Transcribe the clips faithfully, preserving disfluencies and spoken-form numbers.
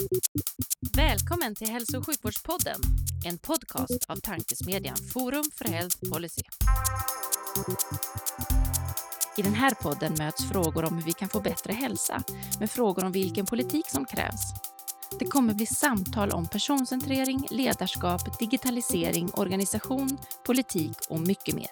Välkommen till Hälso- och sjukvårdspodden, en podcast av tankesmedjan Forum för Health Policy. I den här podden möts frågor om hur vi kan få bättre hälsa med frågor om vilken politik som krävs. Det kommer bli samtal om personcentrering, ledarskap, digitalisering, organisation, politik och mycket mer.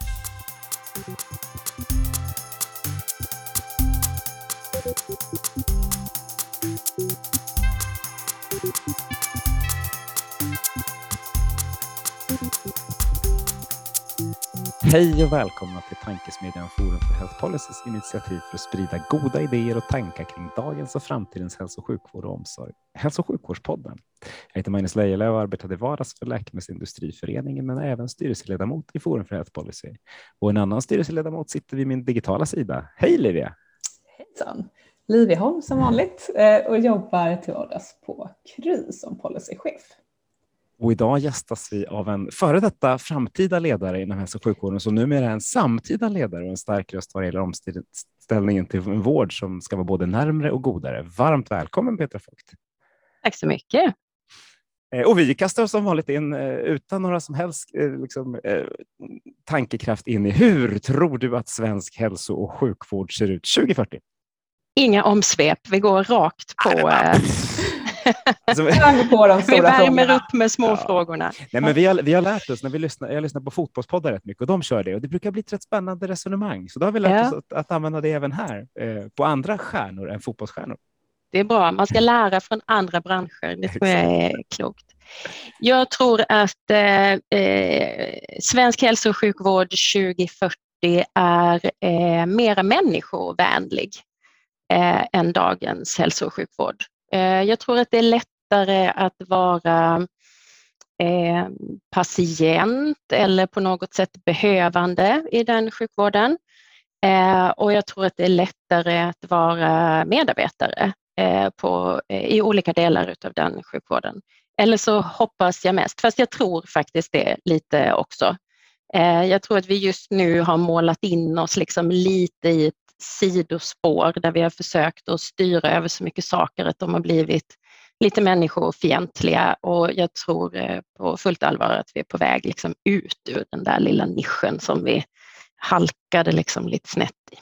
Hej och välkomna till tankesmedjan Forum för Health Policys initiativ för att sprida goda idéer och tankar kring dagens och framtidens hälso- och sjukvård och omsorg. Hälso- och sjukvårdspodden. Jag heter Magnus Lejelöw och arbetar i vardags för Läkemedelsindustriföreningen men även styrelseledamot i Forum för Health Policy. Och en annan styrelseledamot sitter vid min digitala sida. Hej Livia! Hejsan! Livia Holm som vanligt och jobbar till vardags på Kry som policychef. Och idag gästas vi av en före detta framtida ledare inom hälso- och sjukvården som numera är en samtida ledare och en stark röst vad gäller omställningen till en vård som ska vara både närmare och godare. Varmt välkommen Petra Voigt. Tack så mycket. Och vi kastar oss som vanligt in utan några som helst liksom, tankekraft in i hur tror du att svensk hälso- och sjukvård ser ut tjugo fyrtio? Inga omsvep, vi går rakt på... Alltså, Vi värmer frågorna. upp med små ja. frågorna. Nej, men vi, har, vi har lärt oss när vi lyssnar, jag lyssnar på fotbollspoddar rätt mycket och de kör det och det brukar bli ett rätt spännande resonemang. Så då har vi lärt ja. oss att, att använda det även här eh, på andra stjärnor än fotbollsstjärnor. Det är bra, man ska lära från andra branscher, det tror jag är klokt. Jag tror att eh, eh, svensk hälso- och sjukvård tjugo fyrtio är eh, mera människovänlig eh, än dagens hälso- och sjukvård. Eh, jag tror att det är lättare att vara eh, patient eller på något sätt behövande i den sjukvården. Eh, och jag tror att det är lättare att vara medarbetare eh, på, eh, i olika delar av den sjukvården. Eller så hoppas jag mest, fast jag tror faktiskt det lite också. Eh, jag tror att vi just nu har målat in oss liksom lite i ett sidospår där vi har försökt att styra över så mycket saker att de har blivit lite människofientliga och jag tror eh, på fullt allvar att vi är på väg liksom ut ur den där lilla nischen som vi halkade liksom lite snett i.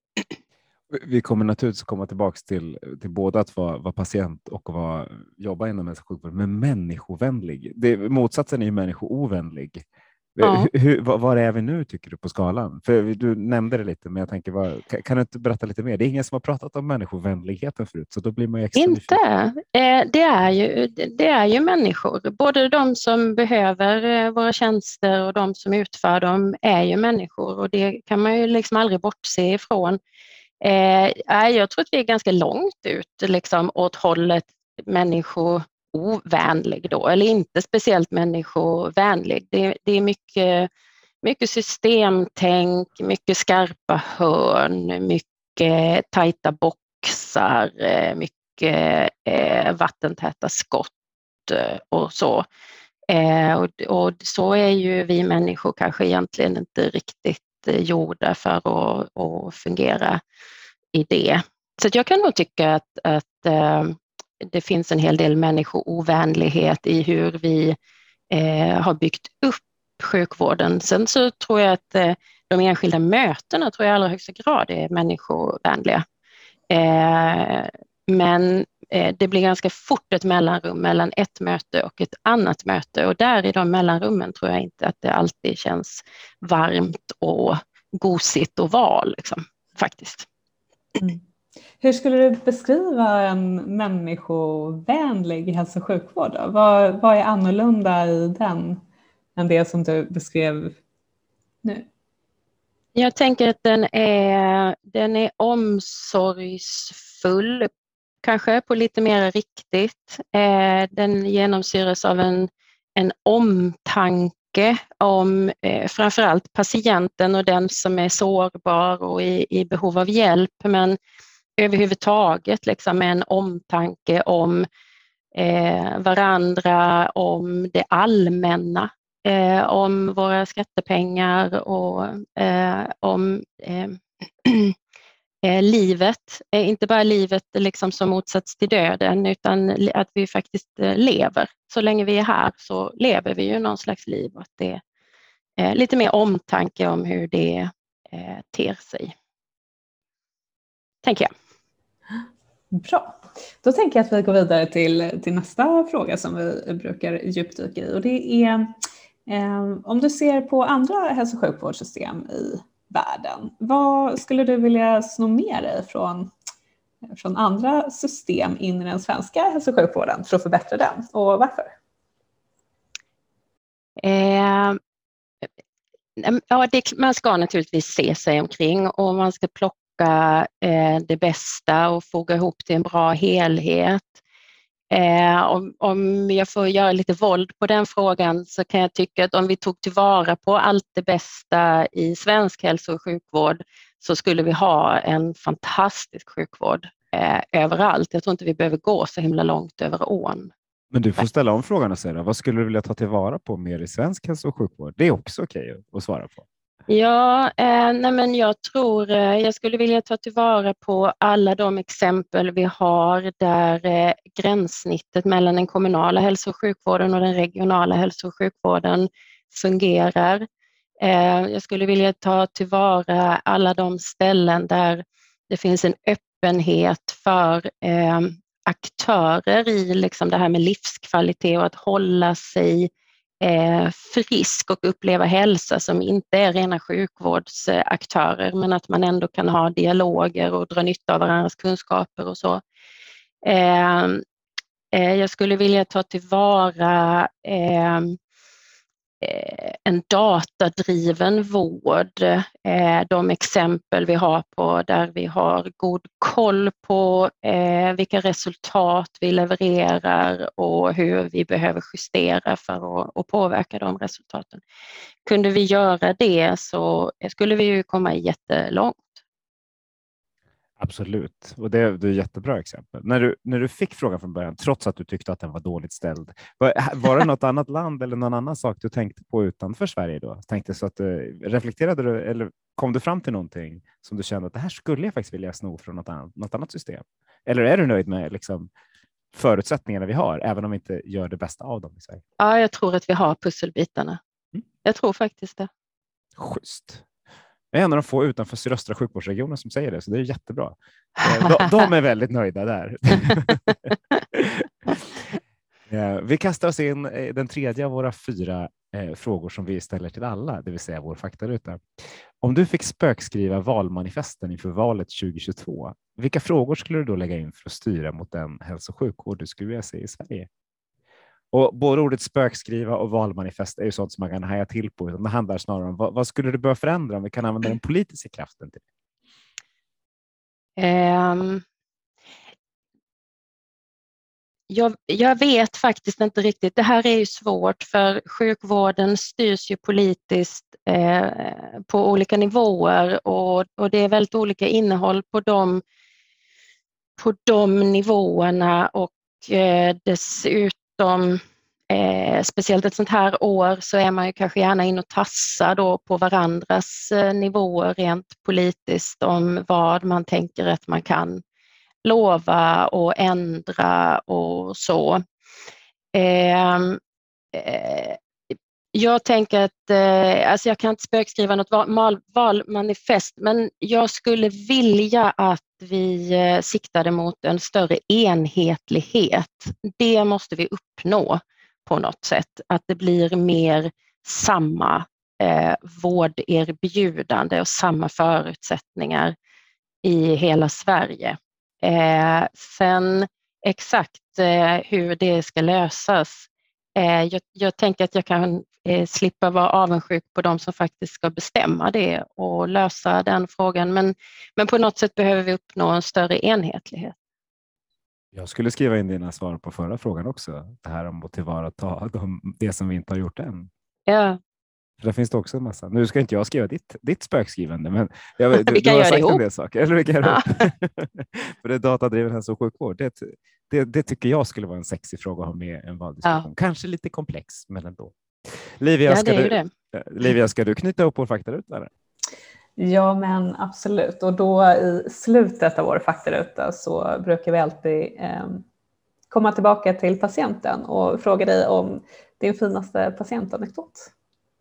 Vi kommer naturligtvis komma tillbaka till, till både att vara, vara patient och att vara, jobba inom hälso- och sjukvård, men människovänlig. Det, motsatsen är ju människoovänlig. Ja. Hur, var, var är vi nu tycker du på skalan? För du nämnde det lite, men jag tänker, vad, kan, kan du inte berätta lite mer? Det är ingen som har pratat om människovänligheten förut, så då blir man ju extra Inte. Eh, det, är ju, det är ju människor. Både de som behöver eh, våra tjänster och de som utför dem är ju människor och det kan man ju liksom aldrig bortse ifrån. Eh, jag tror att vi är ganska långt ut liksom, åt hållet människoovänlig då, eller inte speciellt människovänlig. Det, det är mycket, mycket systemtänk, mycket skarpa hörn, mycket tajta boxar, mycket eh, vattentäta skott och så. Eh, och, och så är ju vi människor kanske egentligen inte riktigt gjorda för att, att fungera i det. Så jag kan nog tycka att, att äh, det finns en hel del människoovänlighet i hur vi äh, har byggt upp sjukvården. Sen så tror jag att äh, de enskilda mötena tror jag i allra högsta grad är människovänliga. Äh, men äh, det blir ganska fort ett mellanrum mellan ett möte och ett annat möte och där i de mellanrummen tror jag inte att det alltid känns varmt och gosigt och vara liksom, faktiskt. Mm. Hur skulle du beskriva en människovänlig hälso- och sjukvård? Då? Vad, vad är annorlunda i den än det som du beskrev nu? Jag tänker att den är, den är omsorgsfull, kanske på lite mer riktigt. Eh, den genomsyras av en, en omtanke om eh, framförallt patienten och den som är sårbar och i, i behov av hjälp, men överhuvudtaget liksom en omtanke om eh, varandra, om det allmänna, eh, om våra skattepengar och eh, om eh, eh, livet, eh, inte bara livet liksom som motsats till döden, utan att vi faktiskt eh, lever. Så länge vi är här så lever vi ju någon slags liv, och att det är eh, lite mer omtanke om hur det eh, ter sig. Tänker jag. Bra. Då tänker jag att vi går vidare till, till nästa fråga som vi brukar djupdyka i. Och det är eh, om du ser på andra hälso- och sjukvårdssystem i världen, vad skulle du vilja sno med dig från, från andra system in i den svenska hälso- och sjukvården för att förbättra den? Och varför? Eh, ja, det, man ska naturligtvis se sig omkring och man ska plocka det bästa och foga ihop till en bra helhet. Eh, om, om jag får göra lite våld på den frågan, så kan jag tycka att om vi tog tillvara på allt det bästa i svensk hälso- och sjukvård, så skulle vi ha en fantastisk sjukvård eh, överallt. Jag tror inte vi behöver gå så himla långt över ån. Men du får ställa om frågan och säga, vad skulle du vilja ta tillvara på mer i svensk hälso- och sjukvård? Det är också okej att svara på. Ja, eh, nej men jag tror eh, jag skulle vilja ta tillvara på alla de exempel vi har där eh, gränssnittet mellan den kommunala hälso- och sjukvården och den regionala hälso- och sjukvården fungerar. Eh, jag skulle vilja ta tillvara alla de ställen där det finns en öppenhet för eh, aktörer i liksom det här med livskvalitet och att hålla sig Eh, frisk och uppleva hälsa, som inte är rena sjukvårdsaktörer, men att man ändå kan ha dialoger och dra nytta av varandras kunskaper och så. Eh, eh, jag skulle vilja ta tillvara eh, en datadriven vård, eh, de exempel vi har på där vi har god koll på eh, vilka resultat vi levererar och hur vi behöver justera för att, att påverka de resultaten. Kunde vi göra det, så skulle vi ju komma jättelångt. Absolut, och det, det är ett jättebra exempel. När du, när du fick frågan från början, trots att du tyckte att den var dåligt ställd, var, var det något annat land eller någon annan sak du tänkte på utanför Sverige då? Tänkte så att reflekterade du, eller kom du fram till någonting som du kände att det här skulle jag faktiskt vilja sno från något annat, något annat system? Eller är du nöjd med liksom förutsättningarna vi har, även om vi inte gör det bästa av dem i Sverige? Ja, jag tror att vi har pusselbitarna. Mm. Jag tror faktiskt det. Schysst. Jag är en av de få utanför sydöstra sjukvårdsregionen som säger det, så det är jättebra. De, de är väldigt nöjda där. Vi kastar oss in i den tredje av våra fyra eh, frågor som vi ställer till alla, det vill säga vår faktaruta. Om du fick spökskriva valmanifesten inför valet tjugohundratjugotvå, vilka frågor skulle du då lägga in för att styra mot den hälso- och sjukvård du skulle vilja se i Sverige? Och både ordet spökskriva och valmanifest är ju sånt som man kan haja till på. Det handlar snarare om vad, vad skulle du börja förändra om vi kan använda den politiska kraften till det? Um, jag, jag vet faktiskt inte riktigt. Det här är ju svårt, för sjukvården styrs ju politiskt eh, på olika nivåer, och, och det är väldigt olika innehåll på de, på de nivåerna, och eh, dessutom Eh, speciellt ett sånt här år så är man ju kanske gärna in och tassar då på varandras eh, nivåer rent politiskt om vad man tänker att man kan lova och ändra och så. Eh, eh, jag tänker att, eh, alltså jag kan inte spökskriva något val, valmanifest, men jag skulle vilja att vi eh, siktade mot en större enhetlighet. Det måste vi uppnå på något sätt, att det blir mer samma eh, vårderbjudande och samma förutsättningar i hela Sverige. Eh, sen exakt eh, hur det ska lösas, eh, jag, jag tänker att jag kan eh, slippa vara avundsjuk på de som faktiskt ska bestämma det och lösa den frågan, men, men på något sätt behöver vi uppnå en större enhetlighet. Jag skulle skriva in dina svar på förra frågan också. Det här om att tillvarata de, det som vi inte har gjort än. Ja. För där finns det också en massa. Nu ska inte jag skriva ditt, ditt spökskrivande, men jag, du, vi kan du har göra sagt ihop. en del saker. Eller vi kan Ja. För det är datadriven hälso- och sjukvård. Det, det, det tycker jag skulle vara en sexig fråga att ha med en valdiskussion. Ja. Kanske lite komplex, men ändå. Livia, ja, ska, det är du, det. Livia, ska du knyta upp vår faktaruta? Ja, men absolut. Och då i slutet av vår faktaruta så brukar vi alltid eh, komma tillbaka till patienten och fråga dig om din finaste patientanekdot.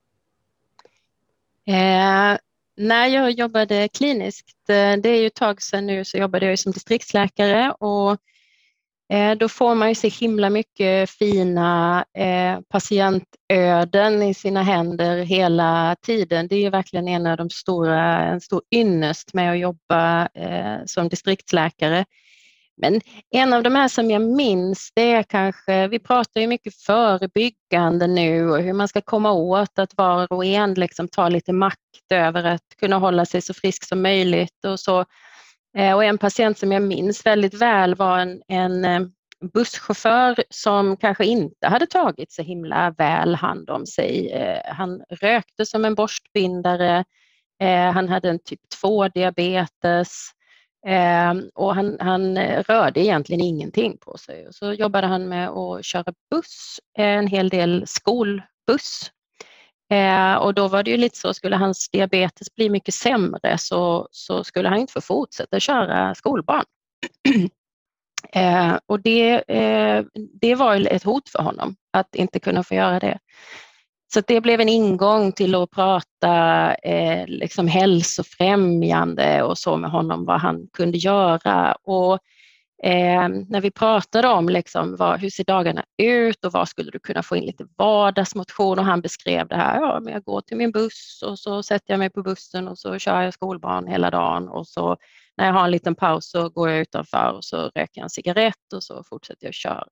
Eh, när jag jobbade kliniskt, det är ju ett tag sedan nu, så jobbade jag som distriktsläkare och eh, då får man ju se himla mycket fina eh, patientöden i sina händer hela tiden. Det är ju verkligen en av de stora, en stor ynnest med att jobba eh, som distriktsläkare. Men en av de här som jag minns, det är kanske, vi pratar ju mycket förebyggande nu och hur man ska komma åt att var och en liksom ta lite makt över att kunna hålla sig så frisk som möjligt och så. Och en patient som jag minns väldigt väl var en, en busschaufför som kanske inte hade tagit så himla väl hand om sig. Han rökte som en borstbindare, han hade en typ två diabetes. Eh, och han, han rörde egentligen ingenting på sig. Och så jobbade han med att köra buss, en hel del skolbuss. Eh, och då var det ju lite så, skulle hans diabetes bli mycket sämre så, så skulle han inte få fortsätta köra skolbarn. eh, och det, eh, det var ju ett hot för honom att inte kunna få göra det. Så det blev en ingång till att prata eh, liksom hälsofrämjande och så med honom, vad han kunde göra. Och eh, när vi pratade om liksom, vad, hur ser dagarna ut och vad skulle du kunna få in lite vardagsmotion, och han beskrev det här, ja, men jag går till min buss och så sätter jag mig på bussen och så kör jag skolbarn hela dagen, och så när jag har en liten paus så går jag utanför och så röker jag en cigarett och så fortsätter jag köra.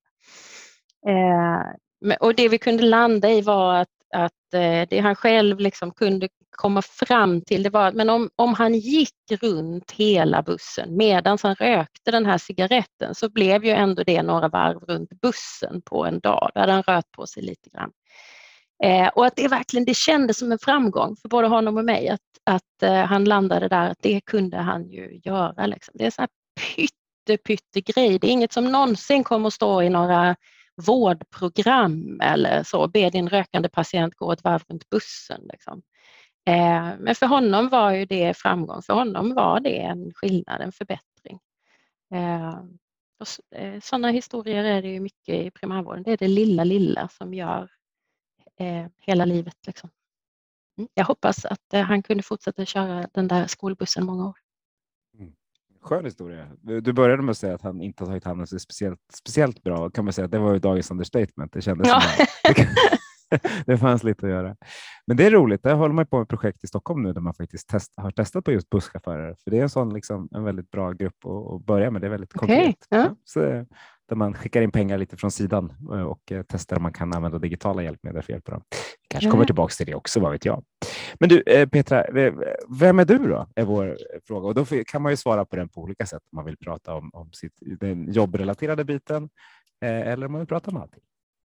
Eh, och det vi kunde landa i var att att det han själv liksom kunde komma fram till, det var att men om, om han gick runt hela bussen medan han rökte den här cigaretten, så blev ju ändå det några varv runt bussen på en dag. Där han rört på sig lite grann. Eh, och att det verkligen, det kändes som en framgång för både honom och mig att, att eh, han landade där, att det kunde han ju göra. Liksom. Det är så här pytte, pytte grej. Det är inget som någonsin kommer att stå i några vårdprogram eller så, be din rökande patient gå ett varv runt bussen. Liksom. Eh, men för honom var ju det framgång, för honom var det en skillnad, en förbättring. Eh, och, eh, sådana historier är det ju mycket i primärvården, det är det lilla lilla som gör eh, hela livet. Liksom. Mm. Jag hoppas att eh, han kunde fortsätta köra den där skolbussen många år. Mm. Skön historia. Du började med att säga att han inte har tagit hand om sig speciellt, speciellt bra. Kan man säga att det var ju dagens understatement. Det kändes ja. som det, det fanns lite att göra. Men det är roligt. Där håller man på med ett projekt i Stockholm nu där man faktiskt test, har testat på just busschaufförer. För det är en sån liksom, en väldigt bra grupp att, att börja med. Det är väldigt okay. konkret. Ja. Ja, så, där man skickar in pengar lite från sidan och testar om man kan använda digitala hjälpmedel för att hjälpa dem. Kanske ja. kommer tillbaka till det också, vad vet jag. Men du Petra, vem är du då? Är vår fråga. Och då kan man ju svara på den på olika sätt om man vill prata om, om sitt, den jobbrelaterade biten eller om man vill prata om allting.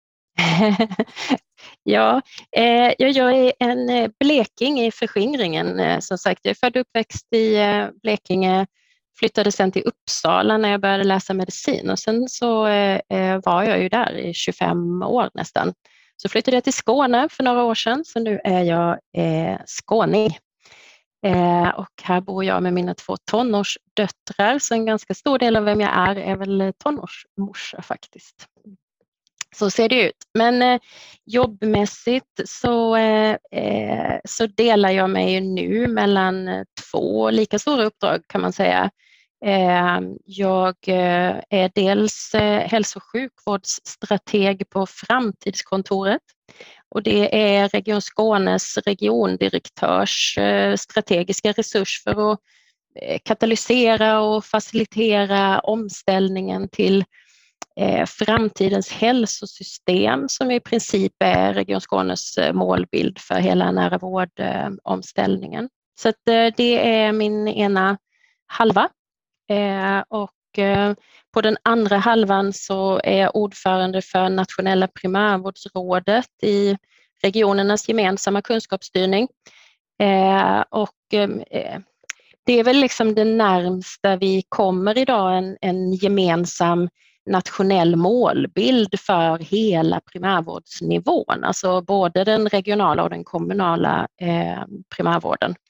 ja, eh, jag är en bleking i förskingringen. Eh, som sagt, jag är född och uppväxt i eh, Blekinge, flyttade sen till Uppsala när jag började läsa medicin och sen så eh, var jag ju där i tjugofem år nästan. Så flyttade jag till Skåne för några år sedan, så nu är jag eh, skåning. Eh, och här bor jag med mina två tonårsdöttrar, så en ganska stor del av vem jag är är väl tonårsmorsa faktiskt. Så ser det ut. Men eh, jobbmässigt så, eh, så delar jag mig nu mellan två lika stora uppdrag kan man säga. Eh, jag eh, är dels eh, hälso- och sjukvårdsstrateg på Framtidskontoret. Och det är Region Skånes regiondirektörs eh, strategiska resurs för att eh, katalysera och facilitera omställningen till Eh, framtidens hälsosystem, som i princip är Region Skånes eh, målbild för hela nära vårdomställningen. Eh, så att, eh, det är min ena halva. Eh, och eh, på den andra halvan så är jag ordförande för Nationella primärvårdsrådet i regionernas gemensamma kunskapsstyrning. Eh, och eh, det är väl liksom det närmsta vi kommer idag en, en gemensam nationell målbild för hela primärvårdsnivån, alltså både den regionala och den kommunala eh, primärvården.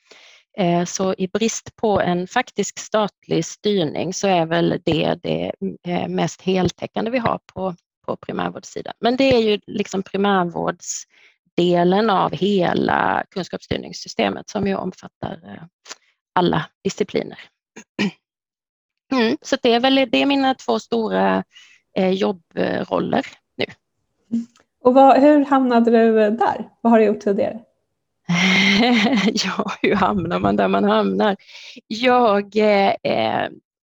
Eh, så i brist på en faktisk statlig styrning så är väl det det eh, mest heltäckande vi har på, på primärvårdssidan. Men det är ju liksom primärvårdsdelen av hela kunskapsstyrningssystemet som ju omfattar eh, alla discipliner. Mm, så det är väl det är mina två stora eh, jobbroller nu. Och vad, hur hamnade du där? Vad har du gjort tidigare? Ja, hur hamnar man där man hamnar? Jag, eh,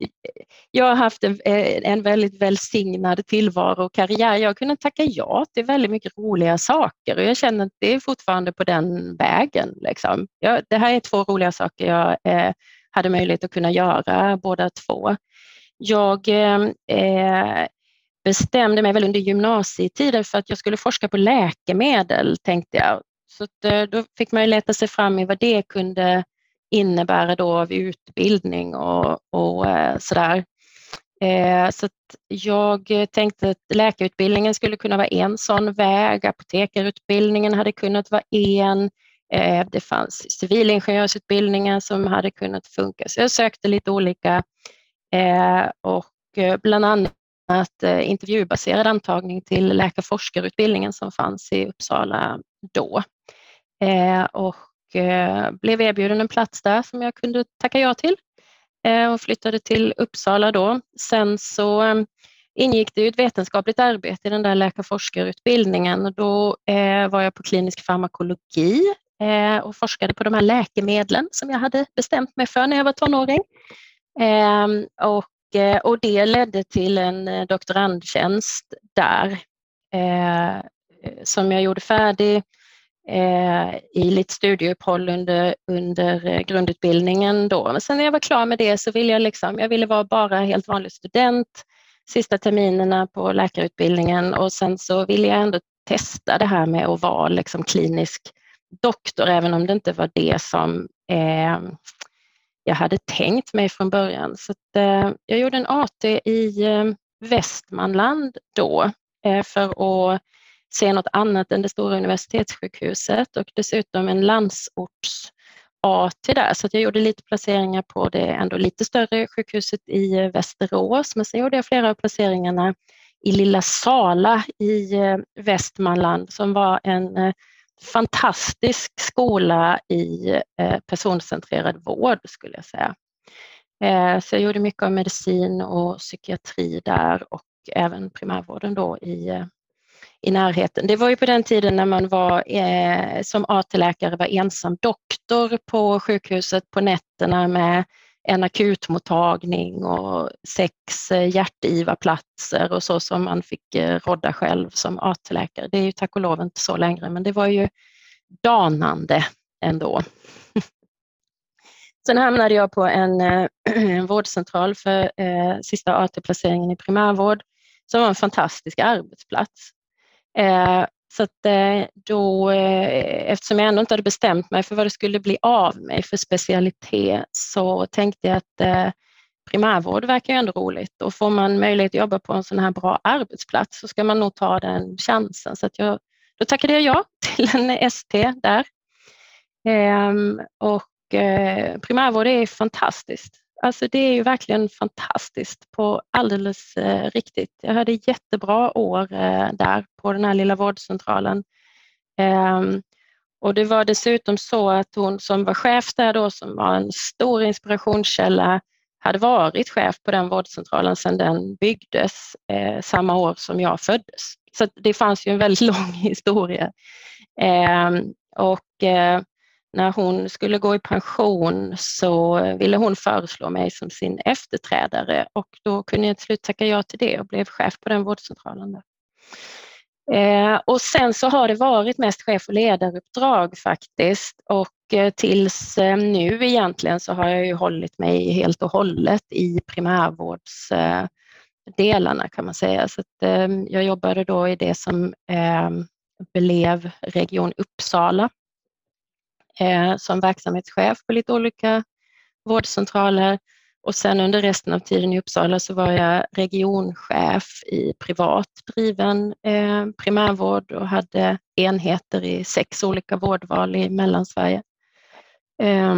jag har haft en, en väldigt välsignad tillvaro och karriär. Jag kunde tacka ja till väldigt mycket roliga saker och jag känner att det är fortfarande på den vägen. Liksom. Jag, det här är två roliga saker jag eh, hade möjlighet att kunna göra båda två. Jag eh, bestämde mig väl under gymnasietiden för att jag skulle forska på läkemedel, tänkte jag. Så att, då fick man ju leta sig fram i vad det kunde innebära då av utbildning och, och sådär. Eh, så att jag tänkte att läkarutbildningen skulle kunna vara en sån väg, apotekarutbildningen hade kunnat vara en, eh, det fanns civilingenjörsutbildningar som hade kunnat funka. Så jag sökte lite olika eh, och bland annat eh, intervjubaserad antagning till läkarforskarutbildningen som fanns i Uppsala då. Eh, och eh, blev erbjuden en plats där som jag kunde tacka ja till eh, och flyttade till Uppsala då. Sen så eh, ingick det ju ett vetenskapligt arbete i den där läkarforskarutbildningen och då eh, var jag på klinisk farmakologi eh, och forskade på de här läkemedlen som jag hade bestämt mig för när jag var tonåring. Eh, och, eh, och det ledde till en doktorandtjänst där eh, som jag gjorde färdig eh, i lite studieuppehåll under, under grundutbildningen då. Men sen när jag var klar med det så ville jag liksom, jag ville vara bara helt vanlig student sista terminerna på läkarutbildningen och sen så ville jag ändå testa det här med att vara liksom klinisk doktor även om det inte var det som eh, jag hade tänkt mig från början. Så att, eh, jag gjorde en A T i eh, Västmanland då eh, för att se något annat än det stora universitetssjukhuset och dessutom en landsorts A T där. Så att jag gjorde lite placeringar på det ändå lite större sjukhuset i Västerås. Men sen gjorde jag flera av placeringarna i Lilla Sala i Västmanland som var en fantastisk skola i personcentrerad vård skulle jag säga. Så jag gjorde mycket av medicin och psykiatri där och även primärvården då i i närheten. Det var ju på den tiden när man var eh, som A T-läkare var ensam doktor på sjukhuset på nätterna med en akutmottagning och sex eh, hjärt-I V A-platser och så som man fick eh, rodda själv som A T-läkare. Det är ju tack och lov inte så längre men det var ju danande ändå. Sen hamnade jag på en, eh, en vårdcentral för eh, sista A T-placeringen i primärvård som var en fantastisk arbetsplats. Eh, så att eh, då, eh, eftersom jag ändå inte hade bestämt mig för vad det skulle bli av mig för specialitet så tänkte jag att eh, primärvård verkar ju ändå roligt och får man möjlighet att jobba på en sån här bra arbetsplats så ska man nog ta den chansen. Så att jag, då tackade jag ja till en S T där. Eh, och eh, primärvård är fantastiskt. Alltså det är ju verkligen fantastiskt på alldeles eh, riktigt. Jag hade jättebra år eh, där på den här lilla vårdcentralen. Eh, och det var dessutom så att hon som var chef där då, som var en stor inspirationskälla, hade varit chef på den vårdcentralen sedan den byggdes eh, samma år som jag föddes. Så det fanns ju en väldigt lång historia. Eh, och eh, När hon skulle gå i pension så ville hon föreslå mig som sin efterträdare och då kunde jag till slut tacka ja till det och blev chef på den vårdcentralen där. Eh, och sen så har det varit mest chef- och ledaruppdrag faktiskt och eh, tills eh, nu egentligen så har jag ju hållit mig helt och hållet i primärvårdsdelarna eh, kan man säga. Så att, eh, jag jobbade då i det som eh, blev Region Uppsala. Eh, som verksamhetschef på lite olika vårdcentraler och sen under resten av tiden i Uppsala så var jag regionchef i privat driven eh, primärvård och hade enheter i sex olika vårdval i Mellansverige. Eh,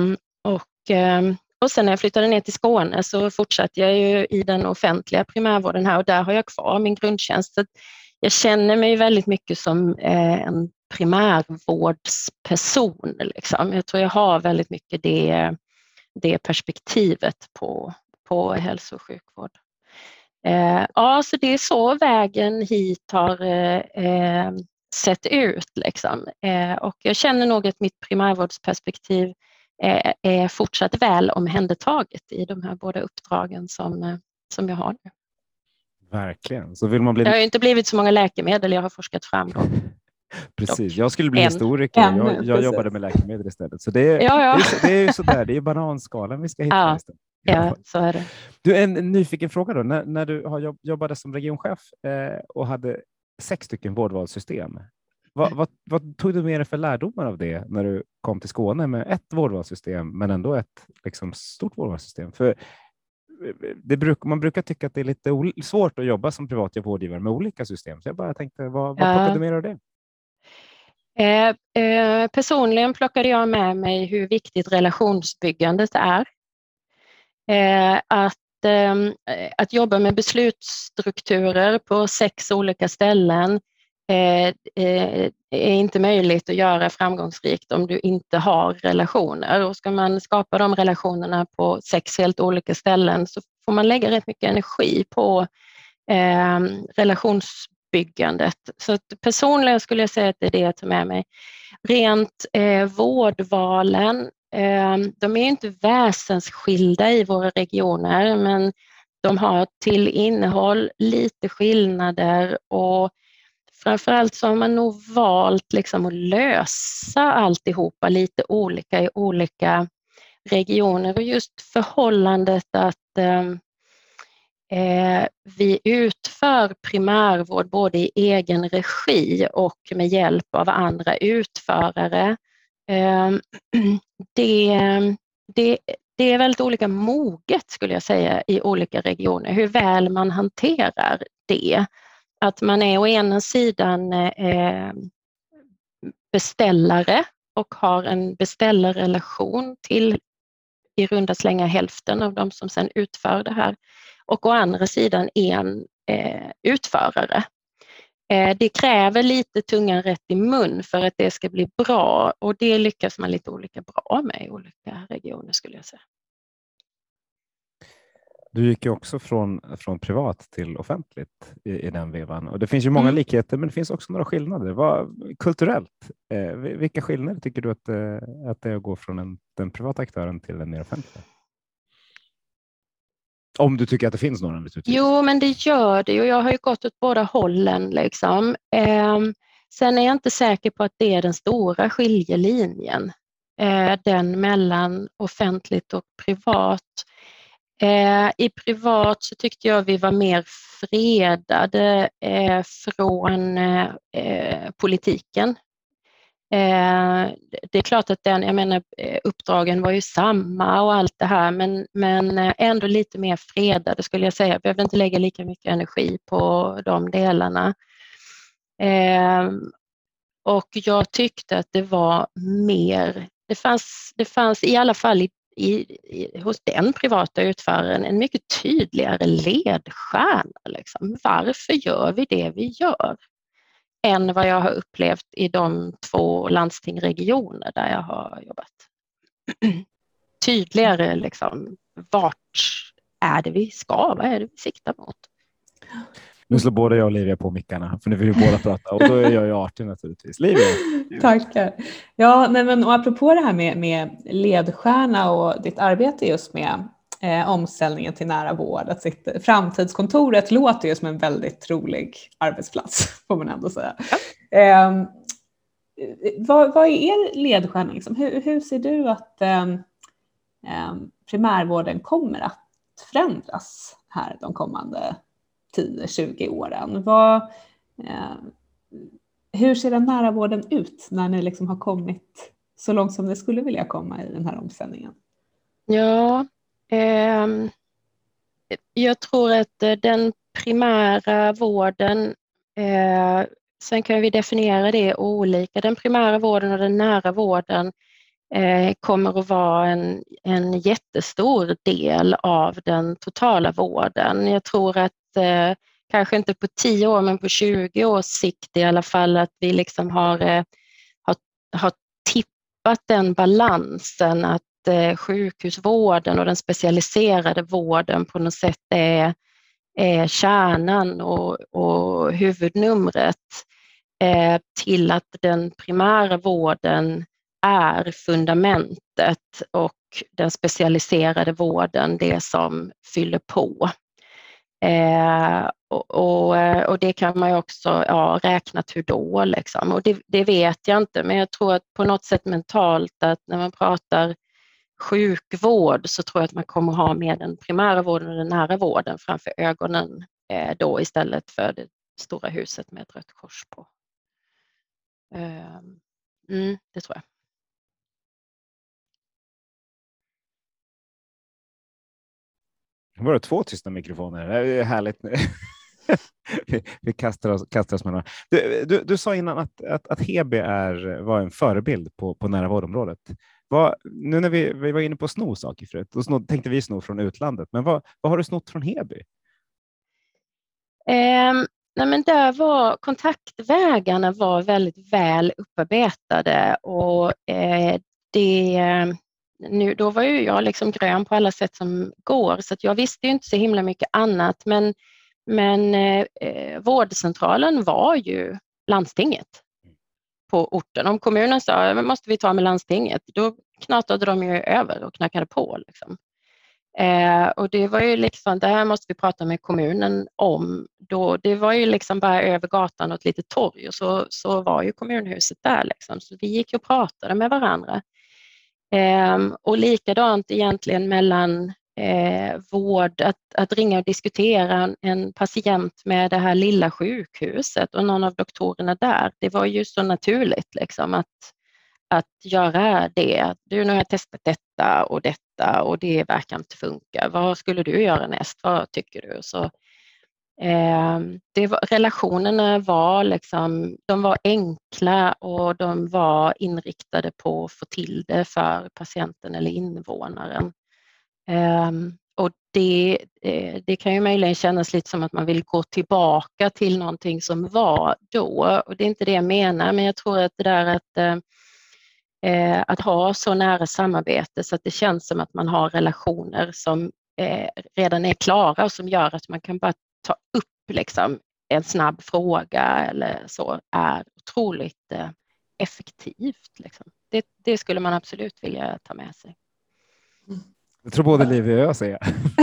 och, eh, och sen när jag flyttade ner till Skåne så fortsatte jag ju i den offentliga primärvården här och där har jag kvar min grundtjänst. Så jag känner mig väldigt mycket som eh, en primärvårdsperson. Liksom. Jag tror jag har väldigt mycket det, det perspektivet på, på hälso- och sjukvård. Eh, ja, så det är så vägen hit har eh, sett ut. Liksom. Eh, och jag känner nog att mitt primärvårdsperspektiv är, är fortsatt väl omhändertaget i de här båda uppdragen som, som jag har nu. Verkligen. Så vill man bli... Det har ju inte blivit så många läkemedel jag har forskat fram då. Precis, Dock. jag skulle bli En. historiker. En, jag jag precis. jobbade med läkemedel istället. Så det är, Ja, ja. det är, så- det är ju sådär, det är bananskalan vi ska hitta Ja. istället. Ja, så är det. Du, en, en nyfiken fråga då. När, när du har jobb, jobbade som regionchef eh, och hade sex stycken vårdvalssystem. Vad, vad, vad tog du med dig för lärdomar av det när du kom till Skåne med ett vårdvalssystem men ändå ett liksom, stort vårdvalssystem? För det bruk, man brukar tycka att det är lite ol- svårt att jobba som privat vårdgivare med olika system. Så jag bara tänkte, vad, vad Ja. plockade du med dig av det? Eh, eh, personligen plockade jag med mig hur viktigt relationsbyggandet är. Eh, att, eh, att jobba med beslutsstrukturer på sex olika ställen eh, eh, är inte möjligt att göra framgångsrikt om du inte har relationer. Och ska man skapa de relationerna på sex helt olika ställen så får man lägga rätt mycket energi på eh, relationsbyggandet. Så att personligen skulle jag säga att det är det jag tar med mig. Rent eh, vårdvalen, eh, de är inte väsensskilda i våra regioner, men de har till innehåll lite skillnader och framförallt så har man nog valt liksom att lösa alltihopa lite olika i olika regioner och just förhållandet att eh, Eh, vi utför primärvård både i egen regi och med hjälp av andra utförare. Eh, det, det, det är väldigt olika moget skulle jag säga i olika regioner, hur väl man hanterar det. Att man är å ena sidan eh, beställare och har en beställarrelation till i runda slängar hälften av de som sedan utför det här. Och å andra sidan en eh, utförare. Eh, det kräver lite tungan rätt i mun för att det ska bli bra och det lyckas man lite olika bra med i olika regioner skulle jag säga. Du gick ju också från, från privat till offentligt i, i den vevan. Och det finns ju många mm. likheter, men det finns också några skillnader. Vad, kulturellt, eh, vilka skillnader tycker du att, eh, att det är att gå från en, den privata aktören till den mer offentliga? Om du tycker att det finns några naturligtvis. Jo, men det gör det och jag har ju gått åt båda hållen. Liksom. Eh, sen är jag inte säker på att det är den stora skiljelinjen. Eh, den mellan offentligt och privat. Eh, I privat så tyckte jag vi var mer fredade eh, från eh, politiken. Eh, det är klart att den, jag menar, uppdragen var ju samma och allt det här men, men ändå lite mer fredade skulle jag säga. Jag behövde inte lägga lika mycket energi på de delarna. Eh, och jag tyckte att det var mer, det fanns, det fanns i alla fall i I, i, hos den privata utföraren en mycket tydligare ledstjärna. Liksom. Varför gör vi det vi gör? Än vad jag har upplevt i de två landstingregioner där jag har jobbat. Tydligare liksom, vart är det vi ska? Vad är det vi siktar mot? Nu slår både jag och Livia på mickarna för nu vill vi båda prata och då är jag ju artig naturligtvis. Livia. Tackar. Ja, nej, men och apropå det här med, med ledstjärna och ditt arbete just med eh, omställningen till nära vård. Att sitta, framtidskontoret låter ju som en väldigt rolig arbetsplats får man ändå säga. Eh, vad, vad är er ledstjärna? Liksom? Hur, hur ser du att eh, primärvården kommer att förändras här de kommande tio tjugo åren? Vad, eh, hur ser den nära vården ut när ni liksom har kommit så långt som ni skulle vilja komma i den här omställningen? Ja, eh, jag tror att den primära vården, eh, sen kan vi definiera det olika, den primära vården och den nära vården eh, kommer att vara en, en jättestor del av den totala vården. Jag tror att eh, kanske inte på tio år men på tjugo års sikt i alla fall att vi liksom har, eh, har, har tippat den balansen att eh, sjukhusvården och den specialiserade vården på något sätt är, är kärnan och, och huvudnumret eh, till att den primära vården är fundamentet och den specialiserade vården det som fyller på. Eh, och, och, och det kan man ju också ja, räkna hur då liksom. Och det, det vet jag inte, men jag tror att på något sätt mentalt att när man pratar sjukvård så tror jag att man kommer ha med den primära vården och den nära vården framför ögonen eh, då istället för det stora huset med ett rött kors på. Eh, mm, det tror jag. Det var det två tysta mikrofoner. Det är härligt. vi, vi kastar oss, kastar oss mellan. Du, du, du sa innan att, att, att Heby är, var en förebild på, på nära vårdområdet. Vad, nu när vi, vi var inne på att sno saker förut, då snod, tänkte vi sno från utlandet. Men vad, vad har du snott från Heby? Um, nej men där var kontaktvägarna var väldigt väl upparbetade och eh, det nu, då var ju jag liksom grön på alla sätt som går så att jag visste ju inte så himla mycket annat men, men eh, vårdcentralen var ju landstinget på orten. Om kommunen sa men måste vi ta med landstinget då knatade de ju över och knackade på liksom. Eh, och det var ju liksom, det här måste vi prata med kommunen om. Då, det var ju liksom bara över gatan och ett litet torg och så, så var ju kommunhuset där liksom. Så vi gick och pratade med varandra. Eh, och likadant egentligen mellan eh, vård, att, att ringa och diskutera en, en patient med det här lilla sjukhuset och någon av doktorerna där. Det var ju så naturligt liksom att att göra det. Du, nu har jag testat detta och detta och det verkar inte funka. Vad skulle du göra näst? Vad tycker du? Så, eh, det var, relationerna var liksom, de var enkla och de var inriktade på att få till det för patienten eller invånaren. Eh, och det, eh, det kan ju möjligen kännas lite som att man vill gå tillbaka till någonting som var då. Och det är inte det jag menar, men jag tror att det där att eh, Eh, att ha så nära samarbete så att det känns som att man har relationer som eh, redan är klara och som gör att man kan bara ta upp liksom, en snabb fråga eller så är otroligt eh, effektivt. Liksom. Det, det skulle man absolut vilja ta med sig. Jag tror både Liv och jag säger.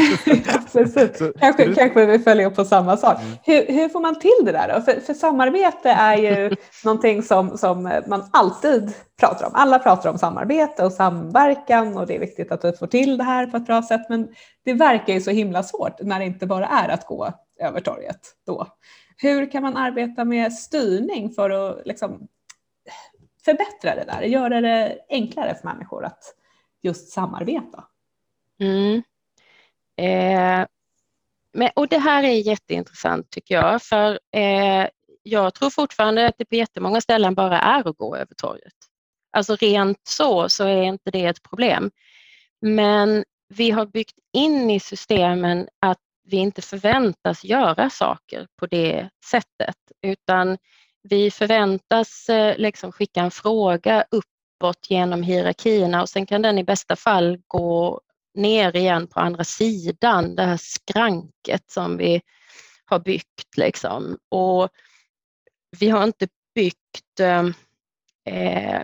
så, kanske, du... kanske vi följer upp på samma sak. Mm. Hur, hur får man till det där då? För, för samarbete är ju någonting som, som man alltid pratar om. Alla pratar om samarbete och samverkan och det är viktigt att vi får till det här på ett bra sätt. Men det verkar ju så himla svårt när det inte bara är att gå över torget då. Hur kan man arbeta med styrning för att liksom förbättra det där? Göra det enklare för människor att just samarbeta? Mm. Eh, men, och det här är jätteintressant tycker jag för eh, jag tror fortfarande att det på jättemånga ställen bara är att gå över torget. Alltså rent så så är inte det ett problem. Men vi har byggt in i systemen att vi inte förväntas göra saker på det sättet utan vi förväntas eh, liksom skicka en fråga uppåt genom hierarkierna och sen kan den i bästa fall gå ner igen på andra sidan, det här skranket som vi har byggt. Liksom. Och vi har inte byggt eh,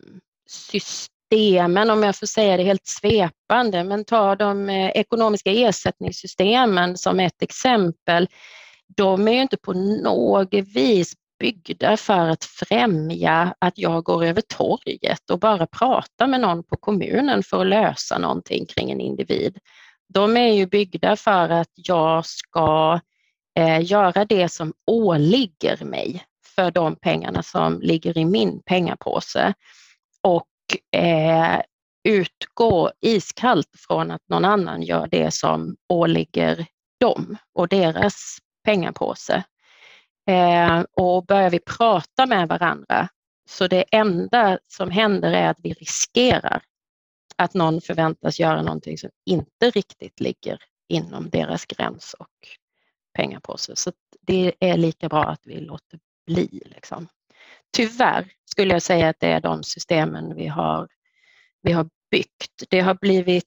systemen, om jag får säga det helt svepande, men ta de eh, ekonomiska ersättningssystemen som ett exempel. De är ju inte på något vis byggda för att främja att jag går över torget och bara pratar med någon på kommunen för att lösa någonting kring en individ. De är ju byggda för att jag ska eh, göra det som åligger mig för de pengarna som ligger i min pengapåse och eh, utgå iskallt från att någon annan gör det som åligger dem och deras pengapåse. Eh, och börjar vi prata med varandra Så det enda som händer är att vi riskerar att någon förväntas göra någonting som inte riktigt ligger inom deras gräns och pengapåse. Så det är lika bra att vi låter bli. Liksom. Tyvärr skulle jag säga att det är de systemen vi har, vi har byggt. Det har blivit...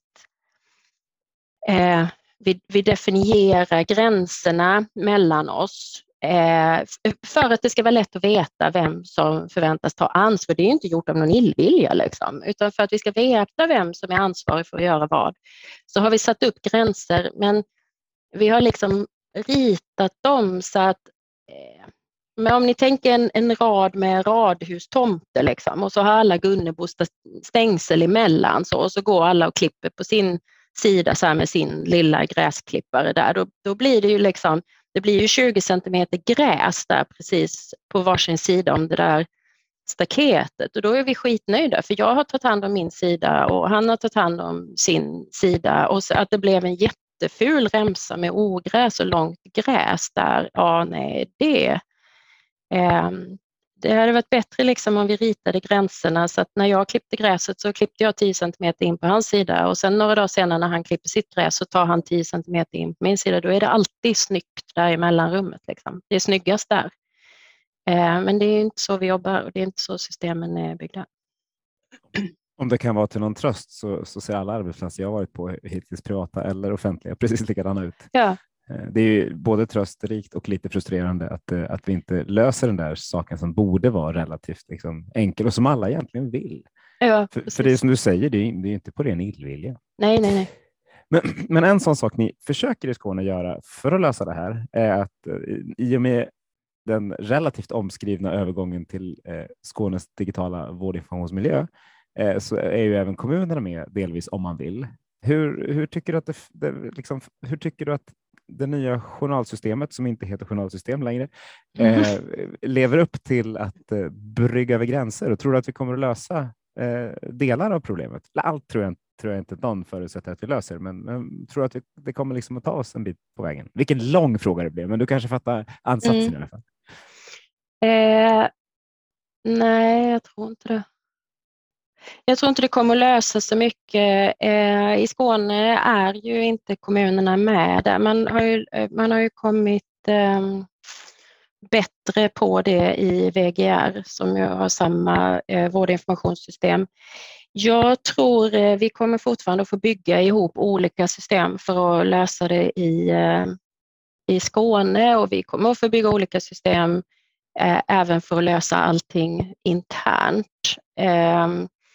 Eh, vi, vi definierar gränserna mellan oss eh, för att det ska vara lätt att veta vem som förväntas ta ansvar. Det är inte gjort av någon illvilja, liksom, utan för att vi ska veta vem som är ansvarig för att göra vad. Så har vi satt upp gränser, men vi har liksom ritat dem så att eh, men om ni tänker en, en rad med radhustomter liksom, och så har alla Gunnebo stängsel emellan så, och så går alla och klipper på sin sida så här med sin lilla gräsklippare där, då, då blir det ju liksom, det blir ju tjugo centimeter gräs där precis på varsin sida om det där staketet, och då är vi skitnöjda för jag har tagit hand om min sida och han har tagit hand om sin sida, och så att det blev en jätteful remsa med ogräs och långt gräs där, ja nej det eh, det hade varit bättre liksom om vi ritade gränserna så att när jag klippte gräset så klippte jag tio centimeter in på hans sida, och sen några dagar senare när han klipper sitt gräs så tar han tio centimeter in på min sida. Då är det alltid snyggt där i mellanrummet. Liksom. Det är snyggast där. Eh, men det är inte så vi jobbar och det är inte så systemen är byggda. Om det kan vara till någon tröst så, så ser alla arbetsplatser jag har varit på, hittills privata eller offentliga, precis likadana ut. Ja. Det är ju både trösterikt och lite frustrerande att, att vi inte löser den där saken som borde vara relativt liksom, enkel och som alla egentligen vill. Ja, för, för det är som du säger, det är, det är inte på ren illvilja. Nej, nej, nej. Men, men en sån sak ni försöker i Skåne göra för att lösa det här är att i och med den relativt omskrivna övergången till eh, Skånes digitala vårdinformationsmiljö eh, så är ju även kommunerna med delvis om man vill. Hur, hur, tycker du att det, det, liksom, hur tycker du att det nya journalsystemet, som inte heter journalsystem längre, eh, lever upp till att eh, brygga över gränser? Och tror du att vi kommer att lösa eh, delar av problemet? Allt tror jag, tror jag inte någon förutsätter att vi löser, men, men tror att vi, det kommer liksom att ta oss en bit på vägen. Vilken lång fråga det blev, men du kanske fattar ansatsen mm. i alla fall. Eh, nej, jag tror inte det. Jag tror inte det kommer att lösa så mycket. Eh, I Skåne är ju inte kommunerna med där. Man har ju, man har ju kommit eh, bättre på det i V G R som ju har samma eh, vårdinformationssystem. Jag tror eh, vi kommer fortfarande att få bygga ihop olika system för att lösa det i, eh, i Skåne, och vi kommer att få bygga olika system eh, även för att lösa allting internt. Eh,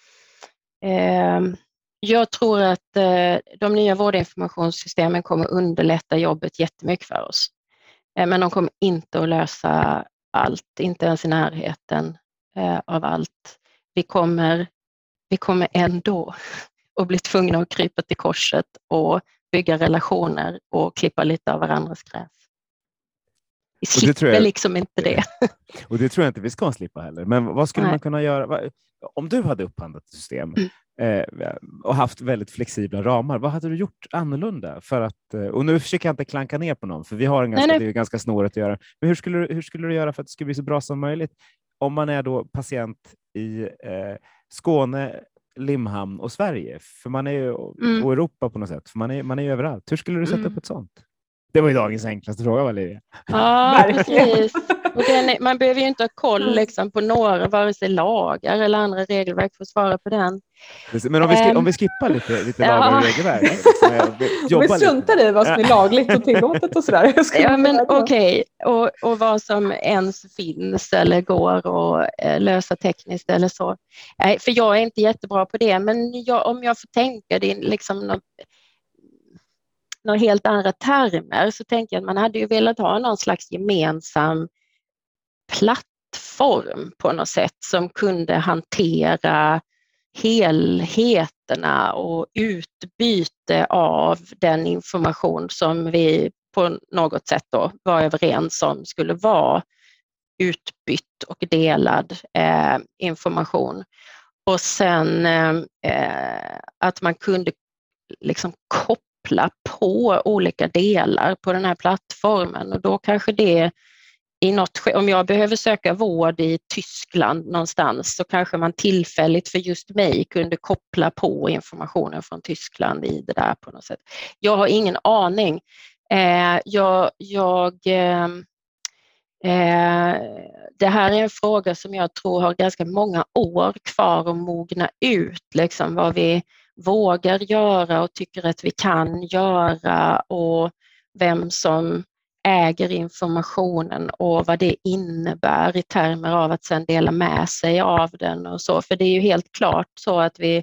Jag tror att de nya vårdinformationssystemen kommer underlätta jobbet jättemycket för oss. Men de kommer inte att lösa allt, inte ens i närheten av allt. Vi kommer, vi kommer ändå att bli tvungna att krypa till korset och bygga relationer och klippa lite av varandras gräs. Vi slipper jag, liksom inte det. Och det tror jag inte vi ska slippa heller. Men vad skulle Nej. man kunna göra? Om du hade upphandlat ett system mm. eh, och haft väldigt flexibla ramar, vad hade du gjort annorlunda? För att, och nu försöker jag inte klanka ner på någon, för vi har en ganska, nej, nej. det är ganska snårigt att göra. Men hur skulle, hur skulle du göra för att det skulle bli så bra som möjligt? Om man är då patient i eh, Skåne, Limhamn och Sverige, för man är ju, mm. och Europa på något sätt, för man är, man är ju överallt. Hur skulle du sätta mm. upp ett sånt? Det var ju dagens enklaste fråga, Valeria. Ja, precis. Och den, man behöver ju inte ha koll liksom, på några, vare sig lagar eller andra regelverk för att svara på den. Men om vi, sk- om vi skippar lite, lite ja. lagar och regelverk. Om vi struntar i vad som är lagligt och tillåtet och sådär. Ja, men okej. Okay. Och, och vad som ens finns eller går att eh, lösa tekniskt eller så. Nej, för jag är inte jättebra på det. Men jag, om jag får tänka det liksom något, några helt andra termer, så tänker jag att man hade ju velat ha någon slags gemensam plattform på något sätt som kunde hantera helheterna och utbyte av den information som vi på något sätt då var överens om skulle vara utbytt och delad eh, information. Och sen eh, att man kunde liksom koppla på olika delar på den här plattformen, och då kanske det i något, om jag behöver söka vård i Tyskland någonstans så kanske man tillfälligt för just mig kunde koppla på informationen från Tyskland i det där på något sätt. Jag har ingen aning. Eh, jag, jag, eh, eh, det här är en fråga som jag tror har ganska många år kvar att mogna ut, liksom, vad vi vågar göra och tycker att vi kan göra och vem som äger informationen och vad det innebär i termer av att sedan dela med sig av den och så. För det är ju helt klart så att vi